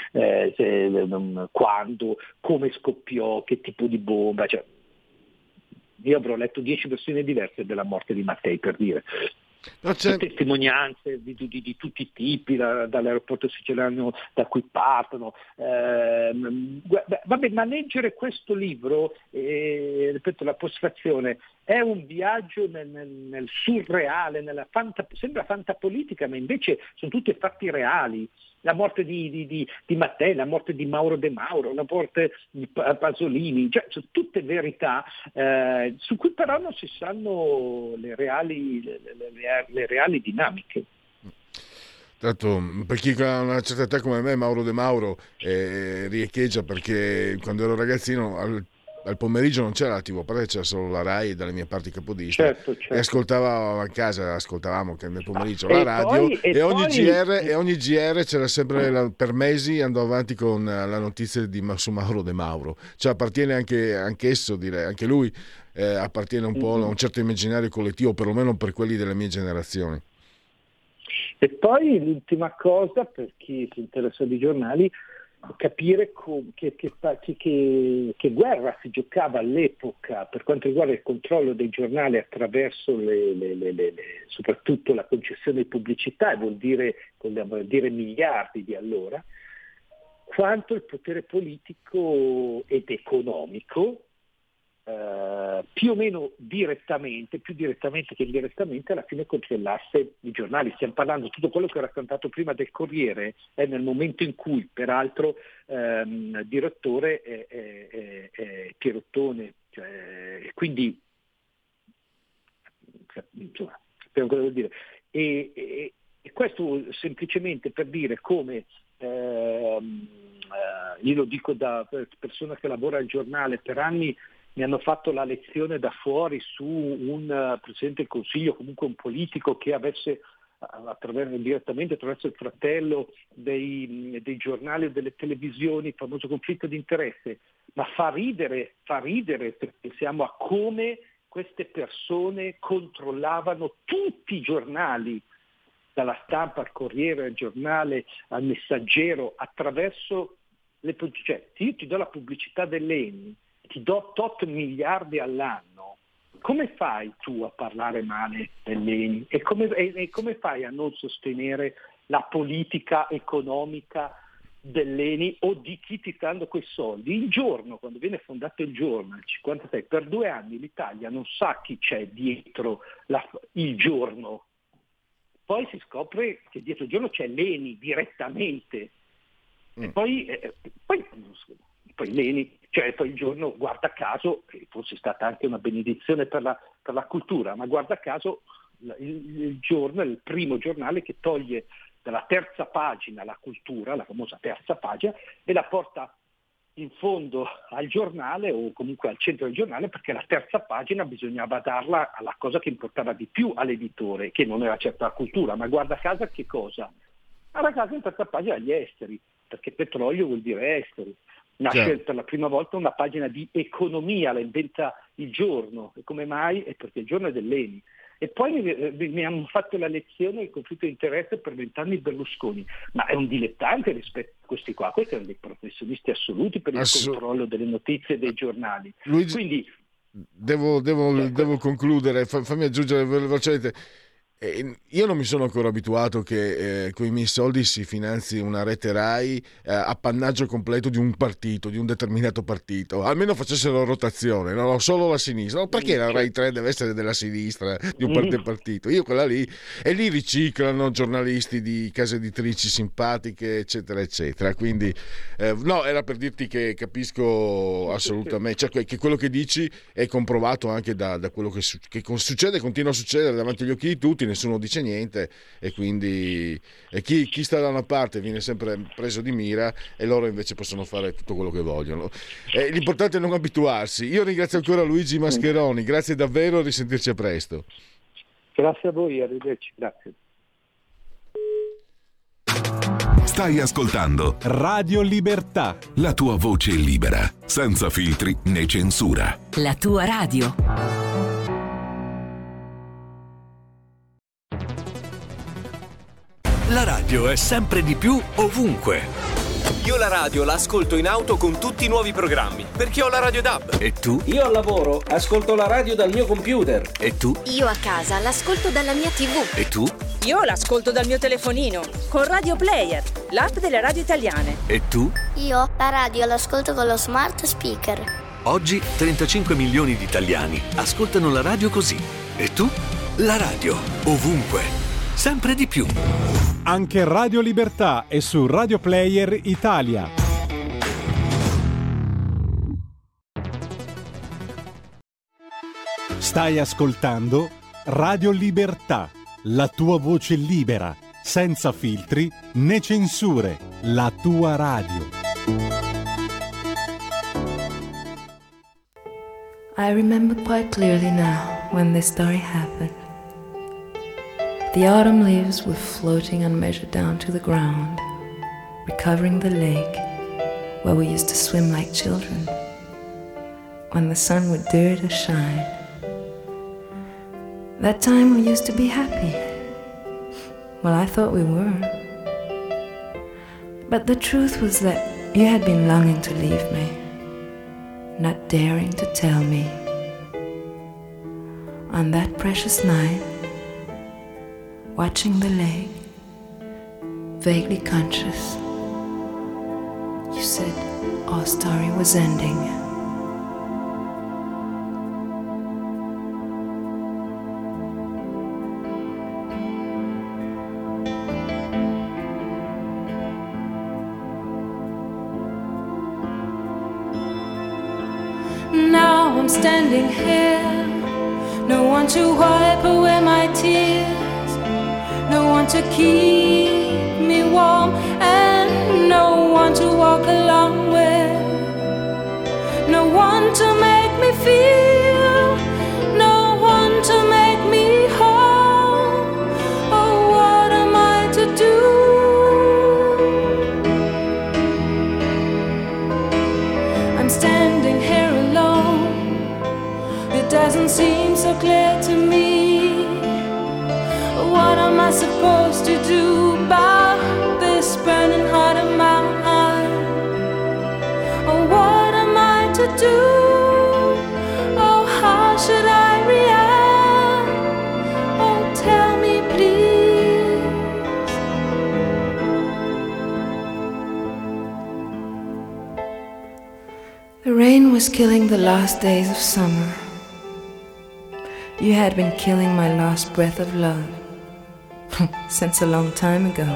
quando, come scoppiò, che tipo di bomba, cioè, io avrò letto 10 versioni diverse della morte di Mattei, per dire. Testimonianze di tutti i tipi, dall'aeroporto siciliano da cui partono. Vabbè, ma leggere questo libro, ripeto, la postfazione, è un viaggio nel surreale, sembra fantapolitica, ma invece sono tutti fatti reali. La morte di Mattei, la morte di Mauro De Mauro, la morte di Pasolini, cioè sono tutte verità su cui però non si sanno le reali dinamiche. Tanto per chi ha una certa età come me, Mauro De Mauro riecheggia, perché quando ero ragazzino al pomeriggio non c'era la TV, perché c'era solo la Rai dalle mie parti capodistra, certo. E ascoltavamo che nel pomeriggio la radio ogni GR c'era sempre per mesi andò avanti con la notizia su Mauro De Mauro, cioè appartiene anch'esso, direi, anche lui appartiene un po' a un certo immaginario collettivo, perlomeno per quelli delle mie generazioni. E poi l'ultima cosa, per chi si interessa di giornali, capire che guerra si giocava all'epoca per quanto riguarda il controllo dei giornali attraverso soprattutto la concessione di pubblicità, e vuol dire miliardi di allora, quanto il potere politico ed economico più o meno direttamente, più direttamente che indirettamente, alla fine controllasse i giornali. Stiamo parlando di tutto quello che ho raccontato prima del Corriere, è nel momento in cui peraltro direttore è Pierottone, quindi insomma sappiamo cosa vuol dire, e questo semplicemente per dire come io lo dico da persona che lavora al giornale, per anni mi hanno fatto la lezione da fuori su un Presidente del Consiglio, comunque un politico che avesse direttamente attraverso il fratello dei giornali o delle televisioni il famoso conflitto di interesse, ma fa ridere se pensiamo a come queste persone controllavano tutti i giornali, dalla Stampa al Corriere, al Giornale, al Messaggero, attraverso cioè, io ti do la pubblicità dell'ENI, ti do tot miliardi all'anno, come fai tu a parlare male dell'ENI? E come fai a non sostenere la politica economica dell'ENI o di chi ti sta dando quei soldi? Il Giorno, quando viene fondato il Giorno, nel 1956, per 2 anni l'Italia non sa chi c'è dietro il Giorno. Poi si scopre che dietro il Giorno c'è l'ENI direttamente. E poi l'ENI, cioè poi il Giorno, guarda caso, forse è stata anche una benedizione per la cultura, ma guarda caso il Giorno è il primo giornale che toglie dalla terza pagina la cultura, la famosa terza pagina, e la porta in fondo al giornale o comunque al centro del giornale, perché la terza pagina bisognava darla alla cosa che importava di più all'editore, che non era certo la cultura, ma guarda caso che cosa? Guarda caso in terza pagina gli esteri, perché petrolio vuol dire esteri. Nasce per la prima volta una pagina di economia, la inventa il Giorno. E come mai? È perché il Giorno è dell'ENI. E poi mi hanno fatto la lezione del conflitto di interesse per 20 anni Berlusconi, ma è un dilettante rispetto a questi qua, questi erano dei professionisti assoluti per il controllo delle notizie dei giornali. Luigi, quindi devo concludere, fammi aggiungere velocemente. io non mi sono ancora abituato che con i miei soldi si finanzi una rete Rai appannaggio completo di un partito, di un determinato partito. Almeno facessero rotazione, no? Solo la sinistra. No, perché la Rai 3 deve essere della sinistra, di un partito? Io quella lì, e lì riciclano giornalisti di case editrici simpatiche, eccetera, eccetera. Quindi no, era per dirti che capisco assolutamente, cioè che quello che dici è comprovato anche da quello che succede, continua a succedere davanti agli occhi di tutti, nessuno dice niente, e quindi chi sta da una parte viene sempre preso di mira e loro invece possono fare tutto quello che vogliono. L'importante è non abituarsi. Io ringrazio ancora Luigi Mascheroni, grazie davvero, risentirci a presto. Grazie a voi, arrivederci, grazie. Stai ascoltando Radio Libertà, la tua voce libera, senza filtri né censura. La tua radio. La radio è sempre di più ovunque. Io la radio la ascolto in auto con tutti i nuovi programmi, perché ho la radio DAB. E tu? Io al lavoro ascolto la radio dal mio computer. E tu? Io a casa l'ascolto dalla mia TV. E tu? Io l'ascolto dal mio telefonino, con Radio Player, l'app delle radio italiane. E tu? Io la radio l'ascolto con lo smart speaker. Oggi 35 milioni di italiani ascoltano la radio così. E tu? La radio, ovunque, sempre di più. Anche Radio Libertà è su Radio Player Italia. Stai ascoltando Radio Libertà, la tua voce libera, senza filtri né censure, la tua radio. I remember quite clearly now when this story happened. The autumn leaves were floating unmeasured down to the ground, recovering the lake where we used to swim like children when the sun would dare to shine. That time we used to be happy. Well, I thought we were. But the truth was that you had been longing to leave me, not daring to tell me. On that precious night, watching the lake, vaguely conscious, you said our story was ending. Now I'm standing here, no one to wipe away my tears, no one to keep me warm, and no one to walk along with, no one to make me feel, no one to make me whole. Oh, what am I to do? I'm standing here alone, it doesn't seem so clear to me. What am I supposed to do about this burning heart of mine? Oh, what am I to do? Oh, how should I react? Oh, tell me please. The rain was killing the last days of summer. You had been killing my last breath of love since a long time ago.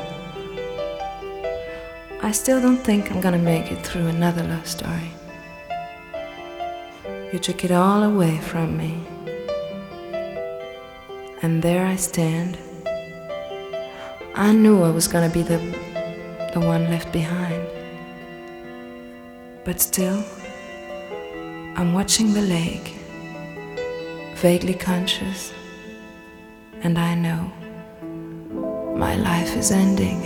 I still don't think I'm gonna make it through another love story. You took it all away from me, and there I stand. I knew I was gonna be the one left behind, but still I'm watching the lake, vaguely conscious, and I know my life is ending.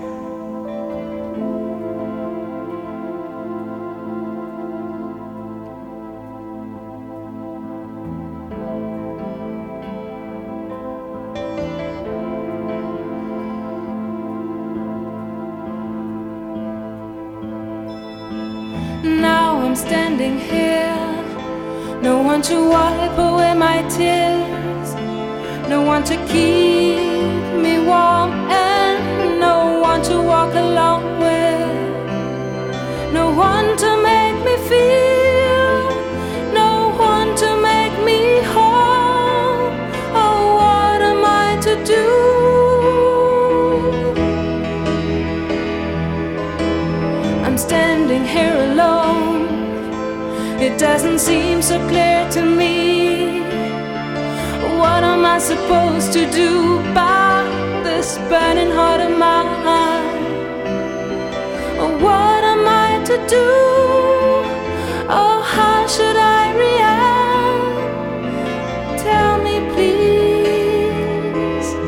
Now I'm standing here, no one to wipe away my tears, no one to keep me warm, and no one to walk along with, no one to make me feel, no one to make me whole. Oh, what am I to do? I'm standing here alone, it doesn't seem so clear to me. What am I supposed to do about this burning heart of mine? What am I to do? Oh, how should I react? Tell me, please.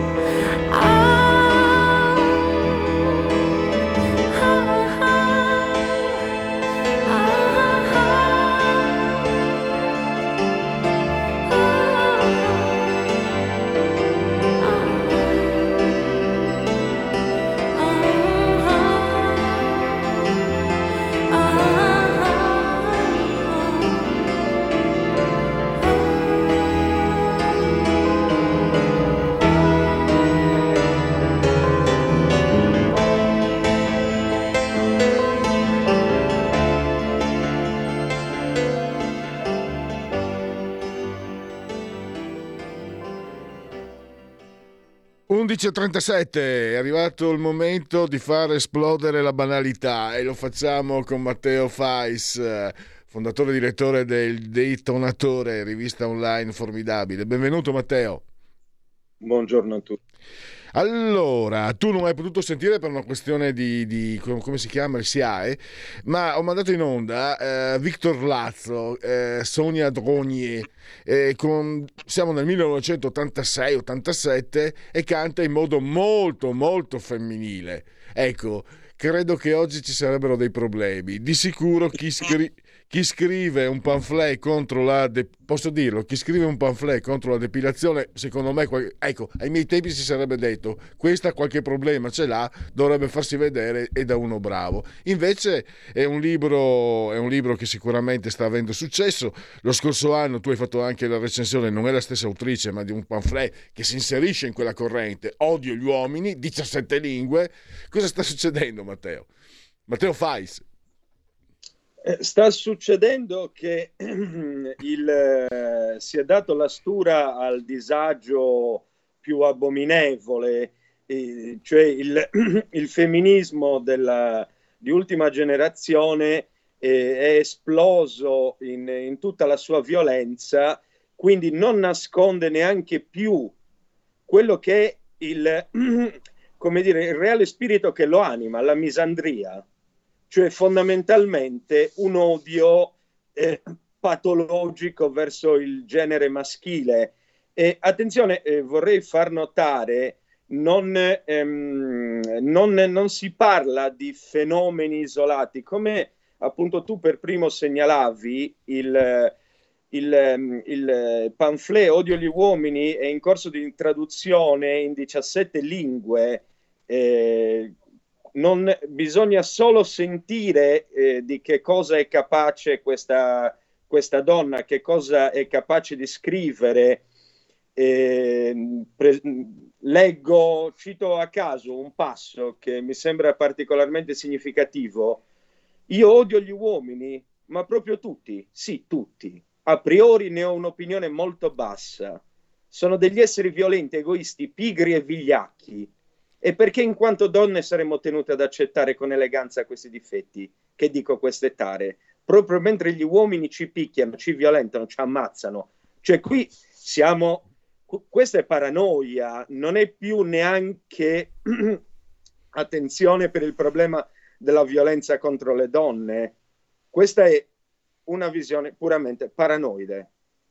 è arrivato il momento di far esplodere la banalità e lo facciamo con Matteo Fais, fondatore e direttore del Detonatore, rivista online formidabile. Benvenuto Matteo. Buongiorno a tutti. Allora, tu non hai potuto sentire per una questione di come si chiama, il SIAE, ma ho mandato in onda Victor Lazzo, Sonia Drognier, siamo nel 1986-87 e canta in modo molto molto femminile. Ecco, credo che oggi ci sarebbero dei problemi. Di sicuro chi scrive un pamphlet contro posso dirlo, chi scrive un pamphlet contro la depilazione, secondo me, ecco, ai miei tempi si sarebbe detto questa qualche problema ce l'ha, dovrebbe farsi vedere, è da uno bravo. Invece è un libro che sicuramente sta avendo successo. Lo scorso anno tu hai fatto anche la recensione, non è la stessa autrice, ma di un pamphlet che si inserisce in quella corrente, Odio gli uomini, 17 lingue. Cosa sta succedendo, Matteo? Matteo Fais. Sta succedendo che si è dato la stura al disagio più abominevole, cioè il femminismo di ultima generazione è esploso in tutta la sua violenza, quindi non nasconde neanche più quello che è il reale spirito che lo anima, la misandria. Cioè fondamentalmente un odio patologico verso il genere maschile. E attenzione, vorrei far notare, non si parla di fenomeni isolati, come appunto tu per primo segnalavi, il pamphlet Odio gli uomini è in corso di traduzione in 17 lingue. Non bisogna solo sentire di che cosa è capace questa donna, che cosa è capace di scrivere. Cito a caso un passo che mi sembra particolarmente significativo. Io odio gli uomini, ma proprio tutti, sì, tutti. A priori ne ho un'opinione molto bassa. Sono degli esseri violenti, egoisti, pigri e vigliacchi. E perché in quanto donne saremmo tenute ad accettare con eleganza questi difetti, che dico queste tare, proprio mentre gli uomini ci picchiano, ci violentano, ci ammazzano. Cioè qui questa è paranoia, non è più neanche attenzione per il problema della violenza contro le donne. Questa è una visione puramente paranoide.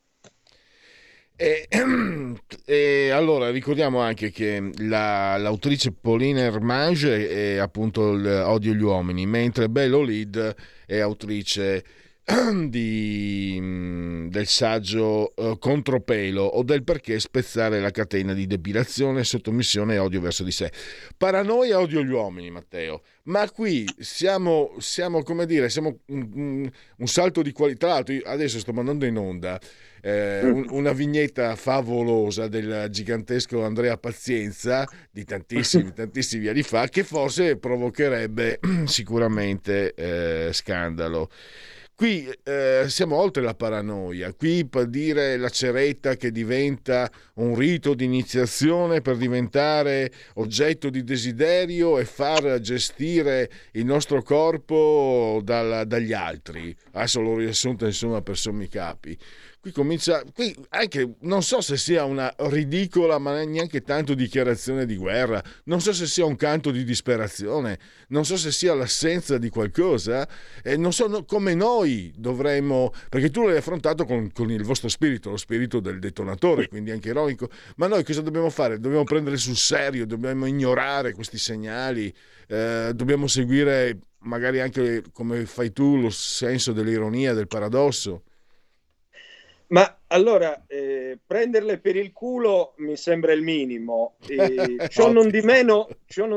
E allora ricordiamo anche che l'autrice Pauline Hermange è appunto Odio gli uomini, mentre Belle Olid è autrice del saggio Contropelo, o del perché spezzare la catena di depilazione, sottomissione e odio verso di sé. Paranoia e odio agli uomini, Matteo, ma qui siamo come dire, siamo un salto di qualità. Tra l'altro, adesso sto mandando in onda una vignetta favolosa del gigantesco Andrea Pazienza di tantissimi anni fa, che forse provocherebbe sicuramente scandalo. Qui siamo oltre la paranoia, qui per dire la ceretta che diventa un rito di iniziazione per diventare oggetto di desiderio e far gestire il nostro corpo dagli altri. Adesso l'ho riassunto insomma per sommi capi. Qui anche, non so se sia una ridicola ma neanche tanto dichiarazione di guerra, non so se sia un canto di disperazione, non so se sia l'assenza di qualcosa, e non so come noi dovremmo, perché tu l'hai affrontato con il vostro spirito, lo spirito del detonatore, quindi anche eroico, ma noi cosa dobbiamo fare? Dobbiamo prendere sul serio, dobbiamo ignorare questi segnali, dobbiamo seguire magari anche, come fai tu, lo senso dell'ironia, del paradosso? Ma allora, prenderle per il culo mi sembra il minimo. Ciò non di meno,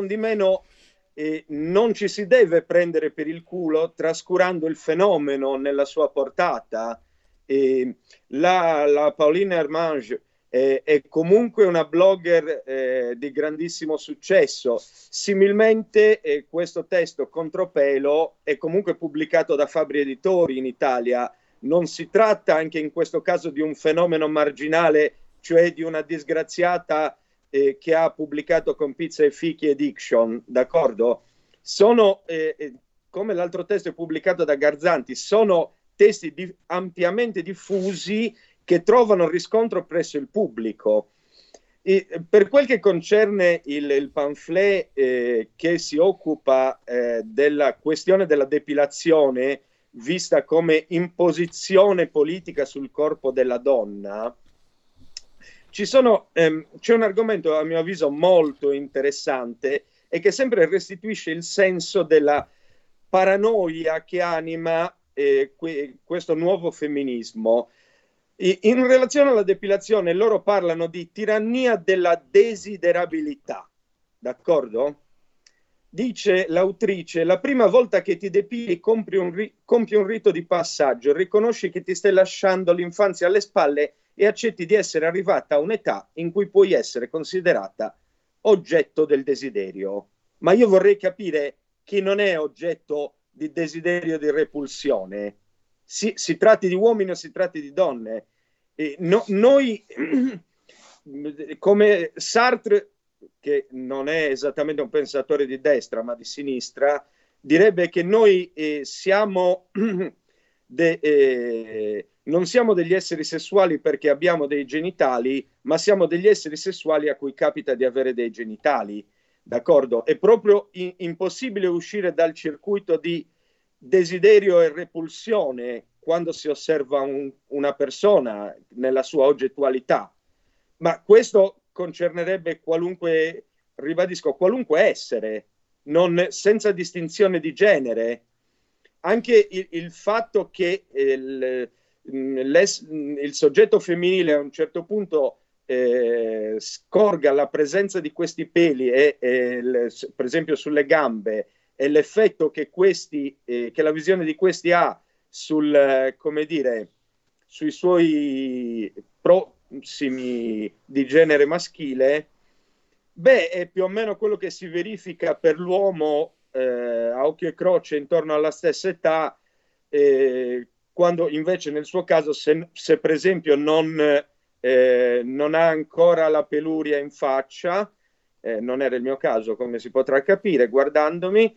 non ci si deve prendere per il culo trascurando il fenomeno nella sua portata. La Pauline Hermange è comunque una blogger di grandissimo successo. Similmente, questo testo Contropelo è comunque pubblicato da Fabbri Editori in Italia. Non si tratta anche in questo caso di un fenomeno marginale, cioè di una disgraziata che ha pubblicato con Pizza e Fichi Addiction, d'accordo? Sono, come l'altro testo è pubblicato da Garzanti, sono testi ampiamente diffusi che trovano riscontro presso il pubblico. Per quel che concerne il pamphlet che si occupa della questione della depilazione, vista come imposizione politica sul corpo della donna, c'è un argomento a mio avviso molto interessante e che sempre restituisce il senso della paranoia che anima questo nuovo femminismo. In relazione alla depilazione loro parlano di tirannia della desiderabilità, d'accordo? Dice l'autrice: la prima volta che ti depili compi un rito di passaggio, riconosci che ti stai lasciando l'infanzia alle spalle e accetti di essere arrivata a un'età in cui puoi essere considerata oggetto del desiderio. Ma io vorrei capire chi non è oggetto di desiderio, di repulsione. Si tratti di uomini o si tratti di donne. Noi, come Sartre, che non è esattamente un pensatore di destra ma di sinistra, direbbe che noi non siamo degli esseri sessuali perché abbiamo dei genitali, ma siamo degli esseri sessuali a cui capita di avere dei genitali, d'accordo? È proprio impossibile uscire dal circuito di desiderio e repulsione quando si osserva una persona nella sua oggettualità, ma questo concernerebbe qualunque essere, senza distinzione di genere. Anche il fatto che il soggetto femminile a un certo punto scorga la presenza di questi peli per esempio sulle gambe, e l'effetto che la visione di questi ha sui suoi prossimi di genere maschile, è più o meno quello che si verifica per l'uomo a occhio e croce intorno alla stessa età, quando invece nel suo caso se per esempio non ha ancora la peluria in faccia, non era il mio caso come si potrà capire guardandomi,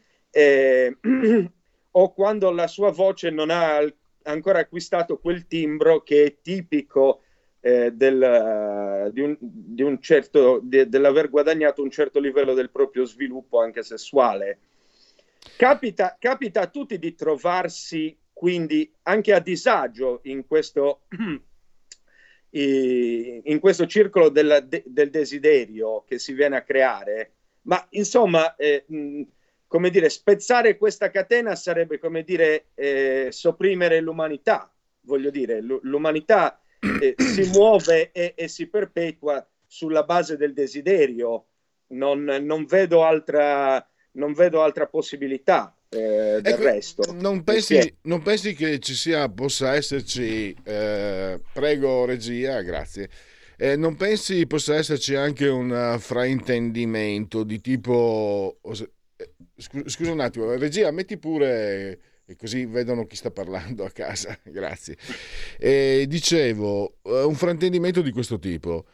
o quando la sua voce non ha ancora acquistato quel timbro che è tipico dell'aver guadagnato un certo livello del proprio sviluppo anche sessuale. Capita a tutti di trovarsi quindi anche a disagio in questo circolo del desiderio che si viene a creare, ma insomma come dire, spezzare questa catena sarebbe, come dire, sopprimere l'umanità. Voglio dire, l'umanità si muove e si perpetua sulla base del desiderio. Non vedo altra possibilità del resto. Non pensi che possa esserci, prego regia, grazie. Non pensi possa esserci anche un fraintendimento di tipo... Scusa un attimo, regia, metti pure, così vedono chi sta parlando a casa, grazie. Dicevo, un fraintendimento di questo tipo.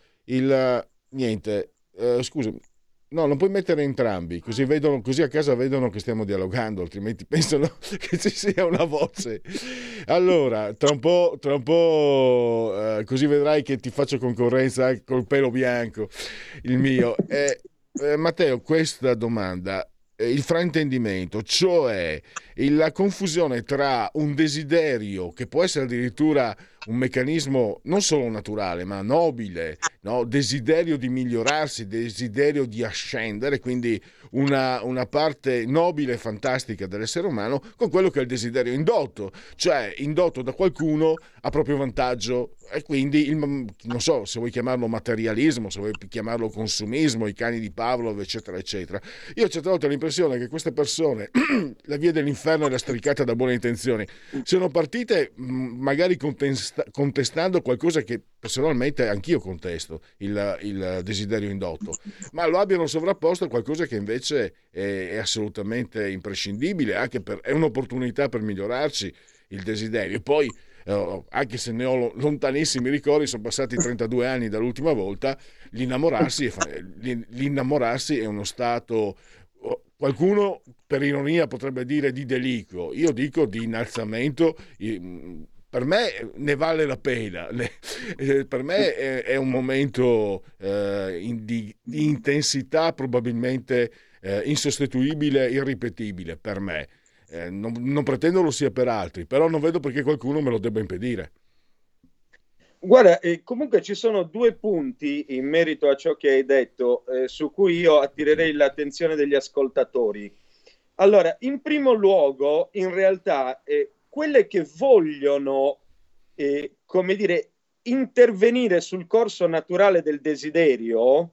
Scusa, no, non puoi mettere entrambi, così a casa vedono che stiamo dialogando, altrimenti pensano che ci sia una voce. Allora, tra un po', così vedrai che ti faccio concorrenza col pelo bianco, il mio. Matteo, questa domanda, il fraintendimento, cioè la confusione tra un desiderio che può essere addirittura un meccanismo non solo naturale ma nobile, no? Desiderio di migliorarsi, desiderio di ascendere, quindi una parte nobile e fantastica dell'essere umano, con quello che è il desiderio indotto, cioè indotto da qualcuno a proprio vantaggio, e quindi non so se vuoi chiamarlo materialismo, se vuoi chiamarlo consumismo, i cani di Pavlov, eccetera eccetera. Io certe volte ho l'impressione che queste persone, la via dell'inferno è lastricata da buone intenzioni, siano partite magari contestando qualcosa che personalmente anch'io contesto, il desiderio indotto, ma lo abbiano sovrapposto a qualcosa che invece è assolutamente imprescindibile, è un'opportunità per migliorarci, il desiderio. Poi anche se ne ho lontanissimi ricordi, sono passati 32 anni dall'ultima volta, l'innamorarsi è uno stato, qualcuno per ironia potrebbe dire di deliquio, io dico di innalzamento. Per me ne vale la pena, per me è un momento di intensità probabilmente insostituibile, irripetibile per me. Non pretendo lo sia per altri, però non vedo perché qualcuno me lo debba impedire. Guarda, comunque ci sono due punti in merito a ciò che hai detto, su cui io attirerei l'attenzione degli ascoltatori. Allora, in primo luogo, in realtà, quelle che vogliono, come dire, intervenire sul corso naturale del desiderio,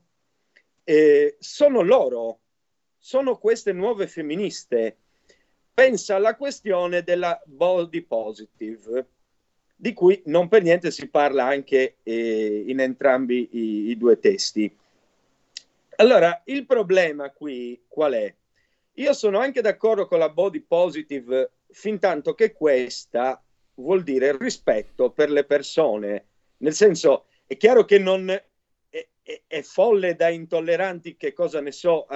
sono loro, sono queste nuove femministe. Pensa alla questione della body positive, di cui non per niente si parla anche in entrambi i due testi. Allora, il problema qui qual è? Io sono anche d'accordo con la body positive fin tanto che questa vuol dire rispetto per le persone. Nel senso, è chiaro che non è folle da intolleranti, che cosa ne so,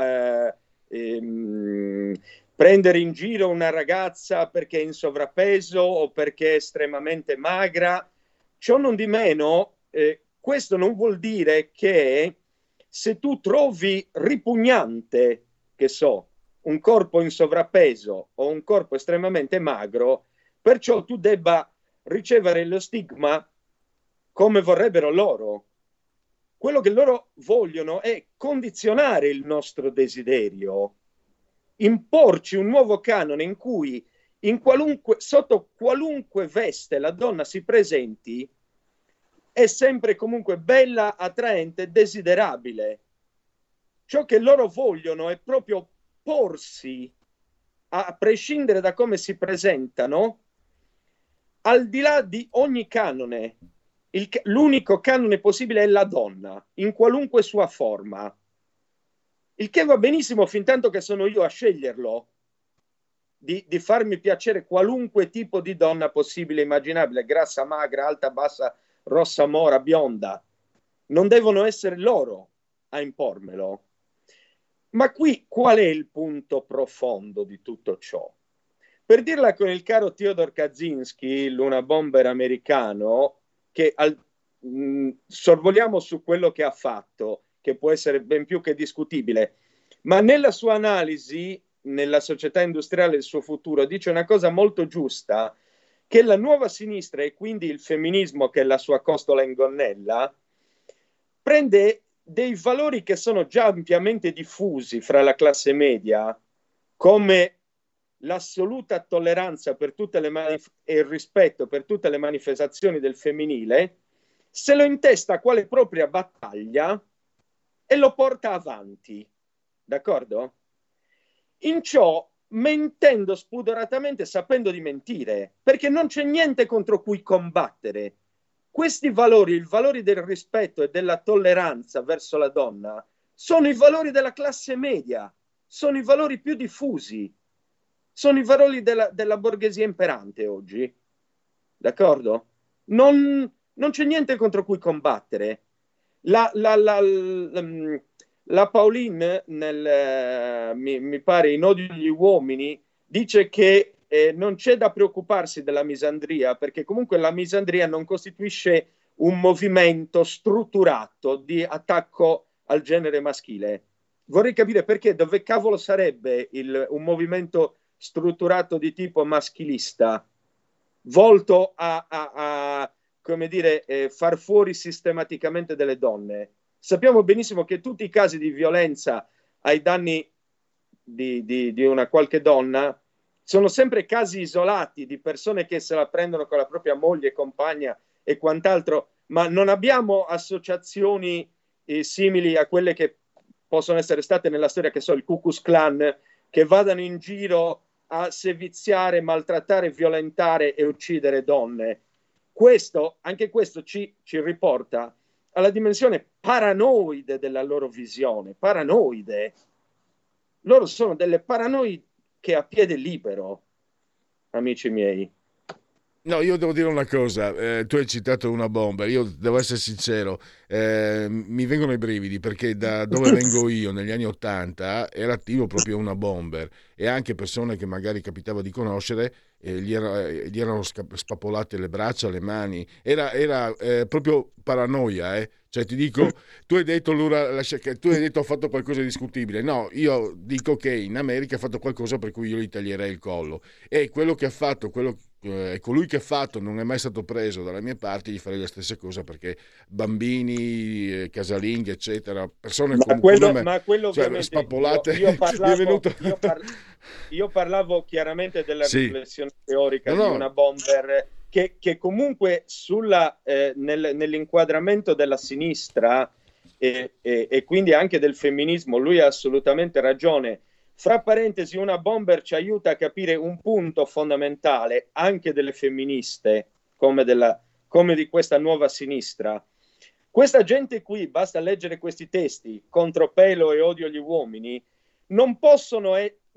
prendere in giro una ragazza perché è in sovrappeso o perché è estremamente magra. Ciò non di meno, questo non vuol dire che se tu trovi ripugnante, che so, un corpo in sovrappeso o un corpo estremamente magro, perciò tu debba ricevere lo stigma come vorrebbero loro. Quello che loro vogliono è condizionare il nostro desiderio, imporci un nuovo canone in cui sotto qualunque veste la donna si presenti è sempre comunque bella, attraente, desiderabile. Ciò che loro vogliono è proprio porsi, a prescindere da come si presentano, al di là di ogni canone. L'unico canone possibile è la donna, in qualunque sua forma. Il che va benissimo fin tanto che sono io a sceglierlo, di farmi piacere qualunque tipo di donna possibile e immaginabile, grassa, magra, alta, bassa, rossa, mora, bionda. Non devono essere loro a impormelo. Ma qui qual è il punto profondo di tutto ciò? Per dirla con il caro Theodor Kaczynski, l'unabomber americano, che sorvoliamo su quello che ha fatto, che può essere ben più che discutibile, ma nella sua analisi, nella società industriale del suo futuro, dice una cosa molto giusta, che la nuova sinistra, e quindi il femminismo, che è la sua costola in gonnella, prende dei valori che sono già ampiamente diffusi fra la classe media, come l'assoluta tolleranza per tutte le e il rispetto per tutte le manifestazioni del femminile, se lo intesta quale propria battaglia e lo porta avanti, d'accordo? In ciò mentendo spudoratamente, sapendo di mentire, perché non c'è niente contro cui combattere. Questi valori, i valori del rispetto e della tolleranza verso la donna, sono i valori della classe media, sono i valori più diffusi, sono i valori della borghesia imperante oggi, d'accordo? Non c'è niente contro cui combattere. La Pauline, mi pare, in Odio agli uomini, dice che non c'è da preoccuparsi della misandria, perché comunque la misandria non costituisce un movimento strutturato di attacco al genere maschile. Vorrei capire perché, dove cavolo sarebbe un movimento strutturato di tipo maschilista, volto a come dire, far fuori sistematicamente delle donne. Sappiamo benissimo che tutti i casi di violenza ai danni di una qualche donna sono sempre casi isolati di persone che se la prendono con la propria moglie, compagna e quant'altro, ma non abbiamo associazioni simili a quelle che possono essere state nella storia, che so, il Ku Klux Klan, che vadano in giro a seviziare, maltrattare, violentare e uccidere donne. Anche questo ci riporta alla dimensione paranoide della loro visione, paranoide. Loro sono delle paranoide che a piede libero, amici miei. No, io devo dire una cosa, tu hai citato una bomber, io devo essere sincero, mi vengono i brividi perché da dove vengo io negli anni '80 era attivo proprio una bomber e anche persone che magari capitava di conoscere gli erano spappolate le braccia, le mani, era proprio paranoia, Cioè ti dico, tu hai detto ha fatto qualcosa di discutibile. No, io dico che in America ha fatto qualcosa per cui io gli taglierei il collo. E quello che ha fatto, colui che ha fatto non è mai stato preso dalle mie parti, gli farei la stessa cosa, perché bambini, casalinghi, eccetera, persone ma quello cioè, ovviamente spappolate. Io parlavo chiaramente della sì. riflessione teorica di una bomber che comunque nell'inquadramento della sinistra e quindi anche del femminismo lui ha assolutamente ragione. Fra parentesi, una bomber ci aiuta a capire un punto fondamentale anche delle femministe come di questa nuova sinistra. Questa gente qui, basta leggere questi testi, Contropelo e Odio agli uomini, non possono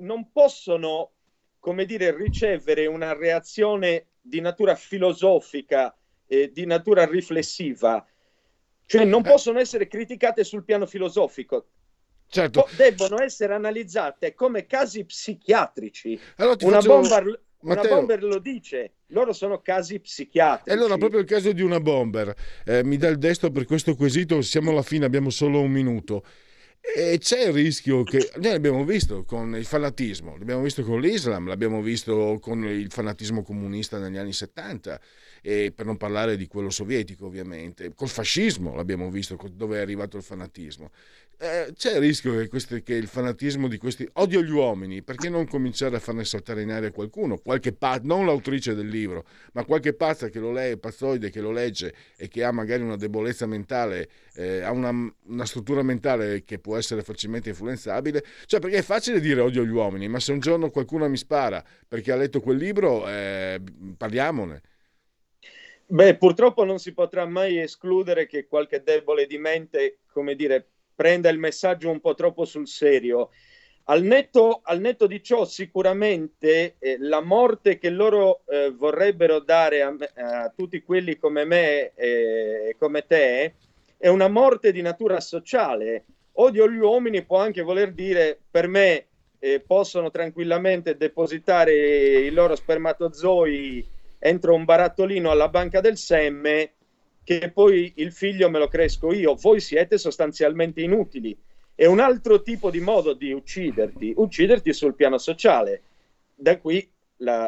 come dire, ricevere una reazione di natura filosofica, di natura riflessiva, cioè non possono essere criticate sul piano filosofico. Certo. Debbono essere analizzate come casi psichiatrici. Allora una bomber lo dice, loro sono casi psichiatrici. E allora proprio il caso di una bomber mi dà il destro per questo quesito, siamo alla fine, abbiamo solo un minuto. E c'è il rischio che noi l'abbiamo visto con il fanatismo, l'abbiamo visto con l'Islam, l'abbiamo visto con il fanatismo comunista negli anni 70 e per non parlare di quello sovietico ovviamente, col fascismo l'abbiamo visto dove è arrivato il fanatismo. C'è il rischio che il fanatismo di questi odio agli uomini, perché non cominciare a farne saltare in aria qualcuno, non l'autrice del libro, ma qualche pazza che lo legge, pazzoide che lo legge e che ha magari una debolezza mentale, ha una struttura mentale che può essere facilmente influenzabile, cioè perché è facile dire odio agli uomini, ma se un giorno qualcuno mi spara perché ha letto quel libro, parliamone. Beh, purtroppo non si potrà mai escludere che qualche debole di mente, come dire, prenda il messaggio un po' troppo sul serio. Al netto di ciò, sicuramente la morte che loro vorrebbero dare a tutti quelli come me e come te è una morte di natura sociale. Odio agli uomini può anche voler dire, per me possono tranquillamente depositare i loro spermatozoi entro un barattolino alla banca del seme, che poi il figlio me lo cresco io, voi siete sostanzialmente inutili. È un altro tipo di modo di ucciderti sul piano sociale. Da qui la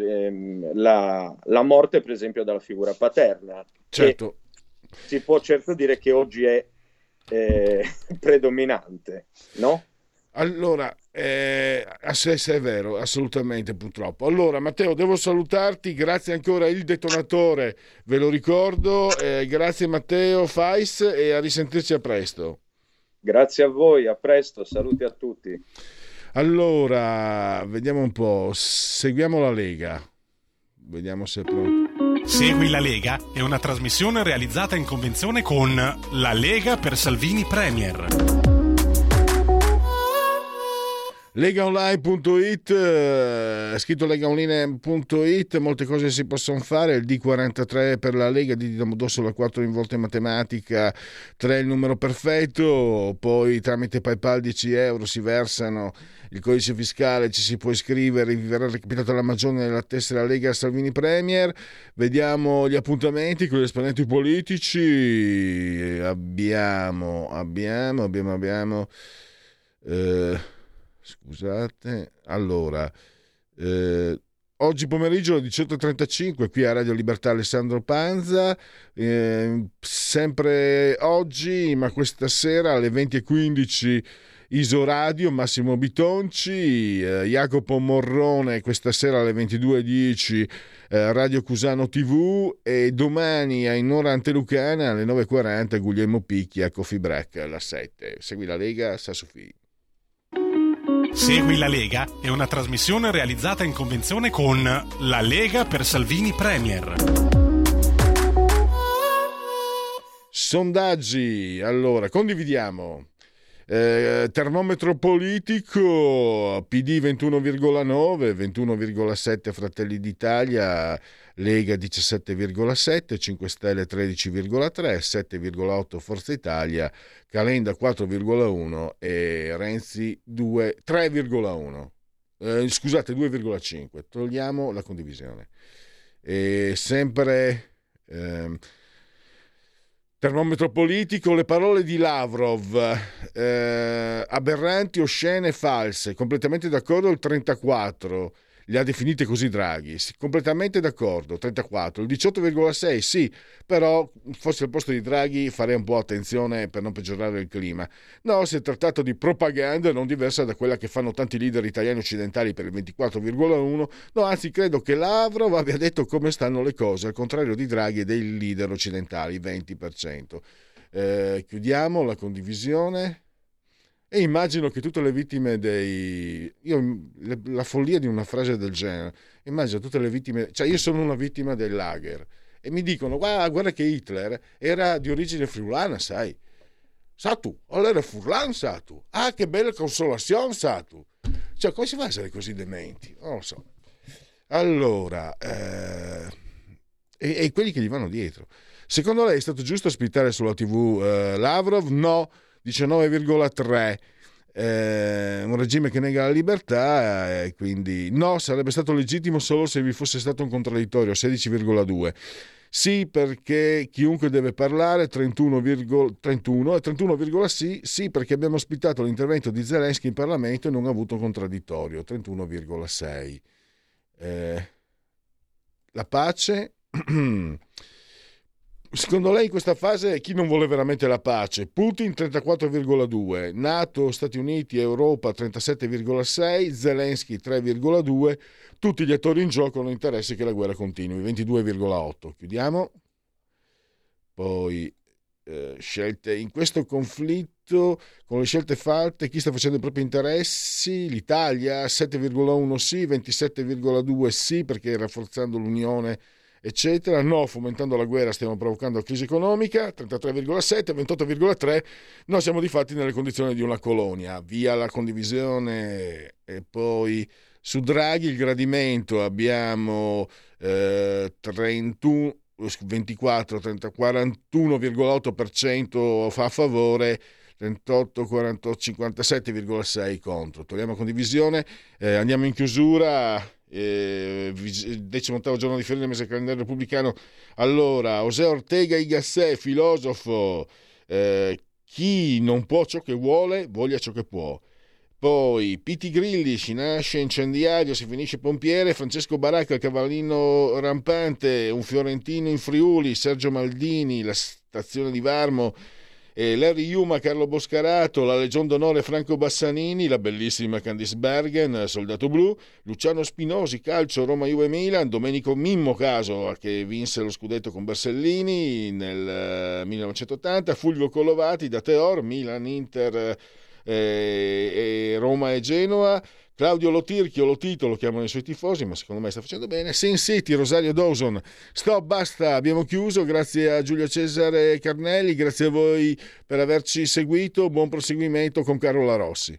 morte, per esempio, dalla figura paterna. Certo. Si può certo dire che oggi è predominante, no? Allora, è vero, assolutamente, purtroppo. Allora Matteo, devo salutarti, grazie ancora il detonatore, ve lo ricordo, grazie Matteo Fais e a risentirci a presto. Grazie a voi, a presto, saluti a tutti. Allora, vediamo un po', seguiamo la Lega, vediamo se è pronto. Segui la Lega è una trasmissione realizzata in convenzione con La Lega per Salvini Premier. Legaonline.it, scritto legaonline.it, molte cose si possono fare, il D43 per la Lega, D di Domodossola 4 in volta in matematica, 3 il numero perfetto, poi tramite PayPal 10 euro si versano, il codice fiscale ci si può iscrivere, vi verrà recapitata la maggiore nella tessera Lega Salvini Premier. Vediamo gli appuntamenti con gli esponenti politici, abbiamo scusate, allora oggi pomeriggio alle 18.35 qui a Radio Libertà Alessandro Panza, sempre oggi ma questa sera alle 20.15 Isoradio Massimo Bitonci, Jacopo Morrone questa sera alle 22.10 Radio Cusano TV e domani a Inora Antelucana alle 9.40 Guglielmo Picchia Coffee Break alla 7. Segui la Lega, Sassofi. Segui la Lega è una trasmissione realizzata in convenzione con La Lega per Salvini Premier. Sondaggi, allora condividiamo. Termometro politico, PD 21,9, 21,7 Fratelli d'Italia, Lega 17,7, 5 Stelle 13,3, 7,8 Forza Italia, Calenda 4,1 e Renzi 3,1. Scusate, 2,5. Togliamo la condivisione. E sempre termometro politico, le parole di Lavrov, aberranti, oscene, false, completamente d'accordo il 34, le ha definite così Draghi, completamente d'accordo, 34, il 18,6 sì, però forse al posto di Draghi farei un po' attenzione per non peggiorare il clima. No, si è trattato di propaganda non diversa da quella che fanno tanti leader italiani occidentali per il 24,1, no, anzi credo che Lavrov abbia detto come stanno le cose, al contrario di Draghi e dei leader occidentali, 20%. Chiudiamo la condivisione. E immagino che tutte le vittime la follia di una frase del genere, immagino tutte le vittime, cioè io sono una vittima del lager e mi dicono guarda che Hitler era di origine friulana, sai, tu, allora furlan, tu, che bella consolazione, tu, cioè come si fa a essere così dementi? Non lo so. Allora e quelli che gli vanno dietro, secondo lei è stato giusto ospitare sulla TV Lavrov? No, 19,3, un regime che nega la libertà, e quindi no, sarebbe stato legittimo solo se vi fosse stato un contraddittorio, 16,2. Sì, perché chiunque deve parlare, 31 e 31, sì, perché abbiamo ospitato l'intervento di Zelensky in Parlamento e non ha avuto un contraddittorio, 31,6. La pace. Secondo lei in questa fase chi non vuole veramente la pace? Putin 34,2, NATO, Stati Uniti, Europa 37,6, Zelensky 3,2, tutti gli attori in gioco hanno interesse che la guerra continui, 22,8. Chiudiamo. Poi scelte in questo conflitto, con le scelte fatte, chi sta facendo i propri interessi? L'Italia 7,1 sì, 27,2 sì perché rafforzando l'Unione eccetera, no, fomentando la guerra stiamo provocando la crisi economica, 33,7, 28,3, no, siamo di fatti nelle condizioni di una colonia, via la condivisione. E poi su Draghi il gradimento abbiamo 31, 24, 30, 41,8% fa a favore, 38, 48, 57,6 contro. Togliamo condivisione, andiamo in chiusura. 18° giorno di ferie del mese calendario repubblicano. Allora, José Ortega y Gasset, filosofo, chi non può ciò che vuole, voglia ciò che può. Poi Pitti Grilli, si nasce incendiario, si finisce pompiere. Francesco Baracca, il cavallino rampante, un fiorentino in Friuli. Sergio Maldini, la stazione di Varmo Larry Yuma, Carlo Boscarato, la Legion d'Onore Franco Bassanini, la bellissima Candice Bergen, Soldato Blu, Luciano Spinosi, calcio Roma Juve Milan, Domenico Mimmo Caso che vinse lo scudetto con Bersellini nel 1980, Fulvio Collovati da Teor, Milan, Inter, Roma e Genoa, Claudio Lotirchio, Lotito lo chiamano i suoi tifosi, ma secondo me sta facendo bene. Sin City, Rosario Dawson. Stop, basta, abbiamo chiuso. Grazie a Giulio Cesare Carnelli, grazie a voi per averci seguito. Buon proseguimento con Carola Rossi.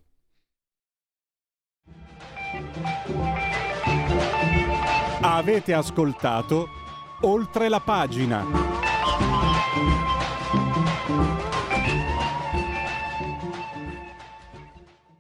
Avete ascoltato Oltre la pagina.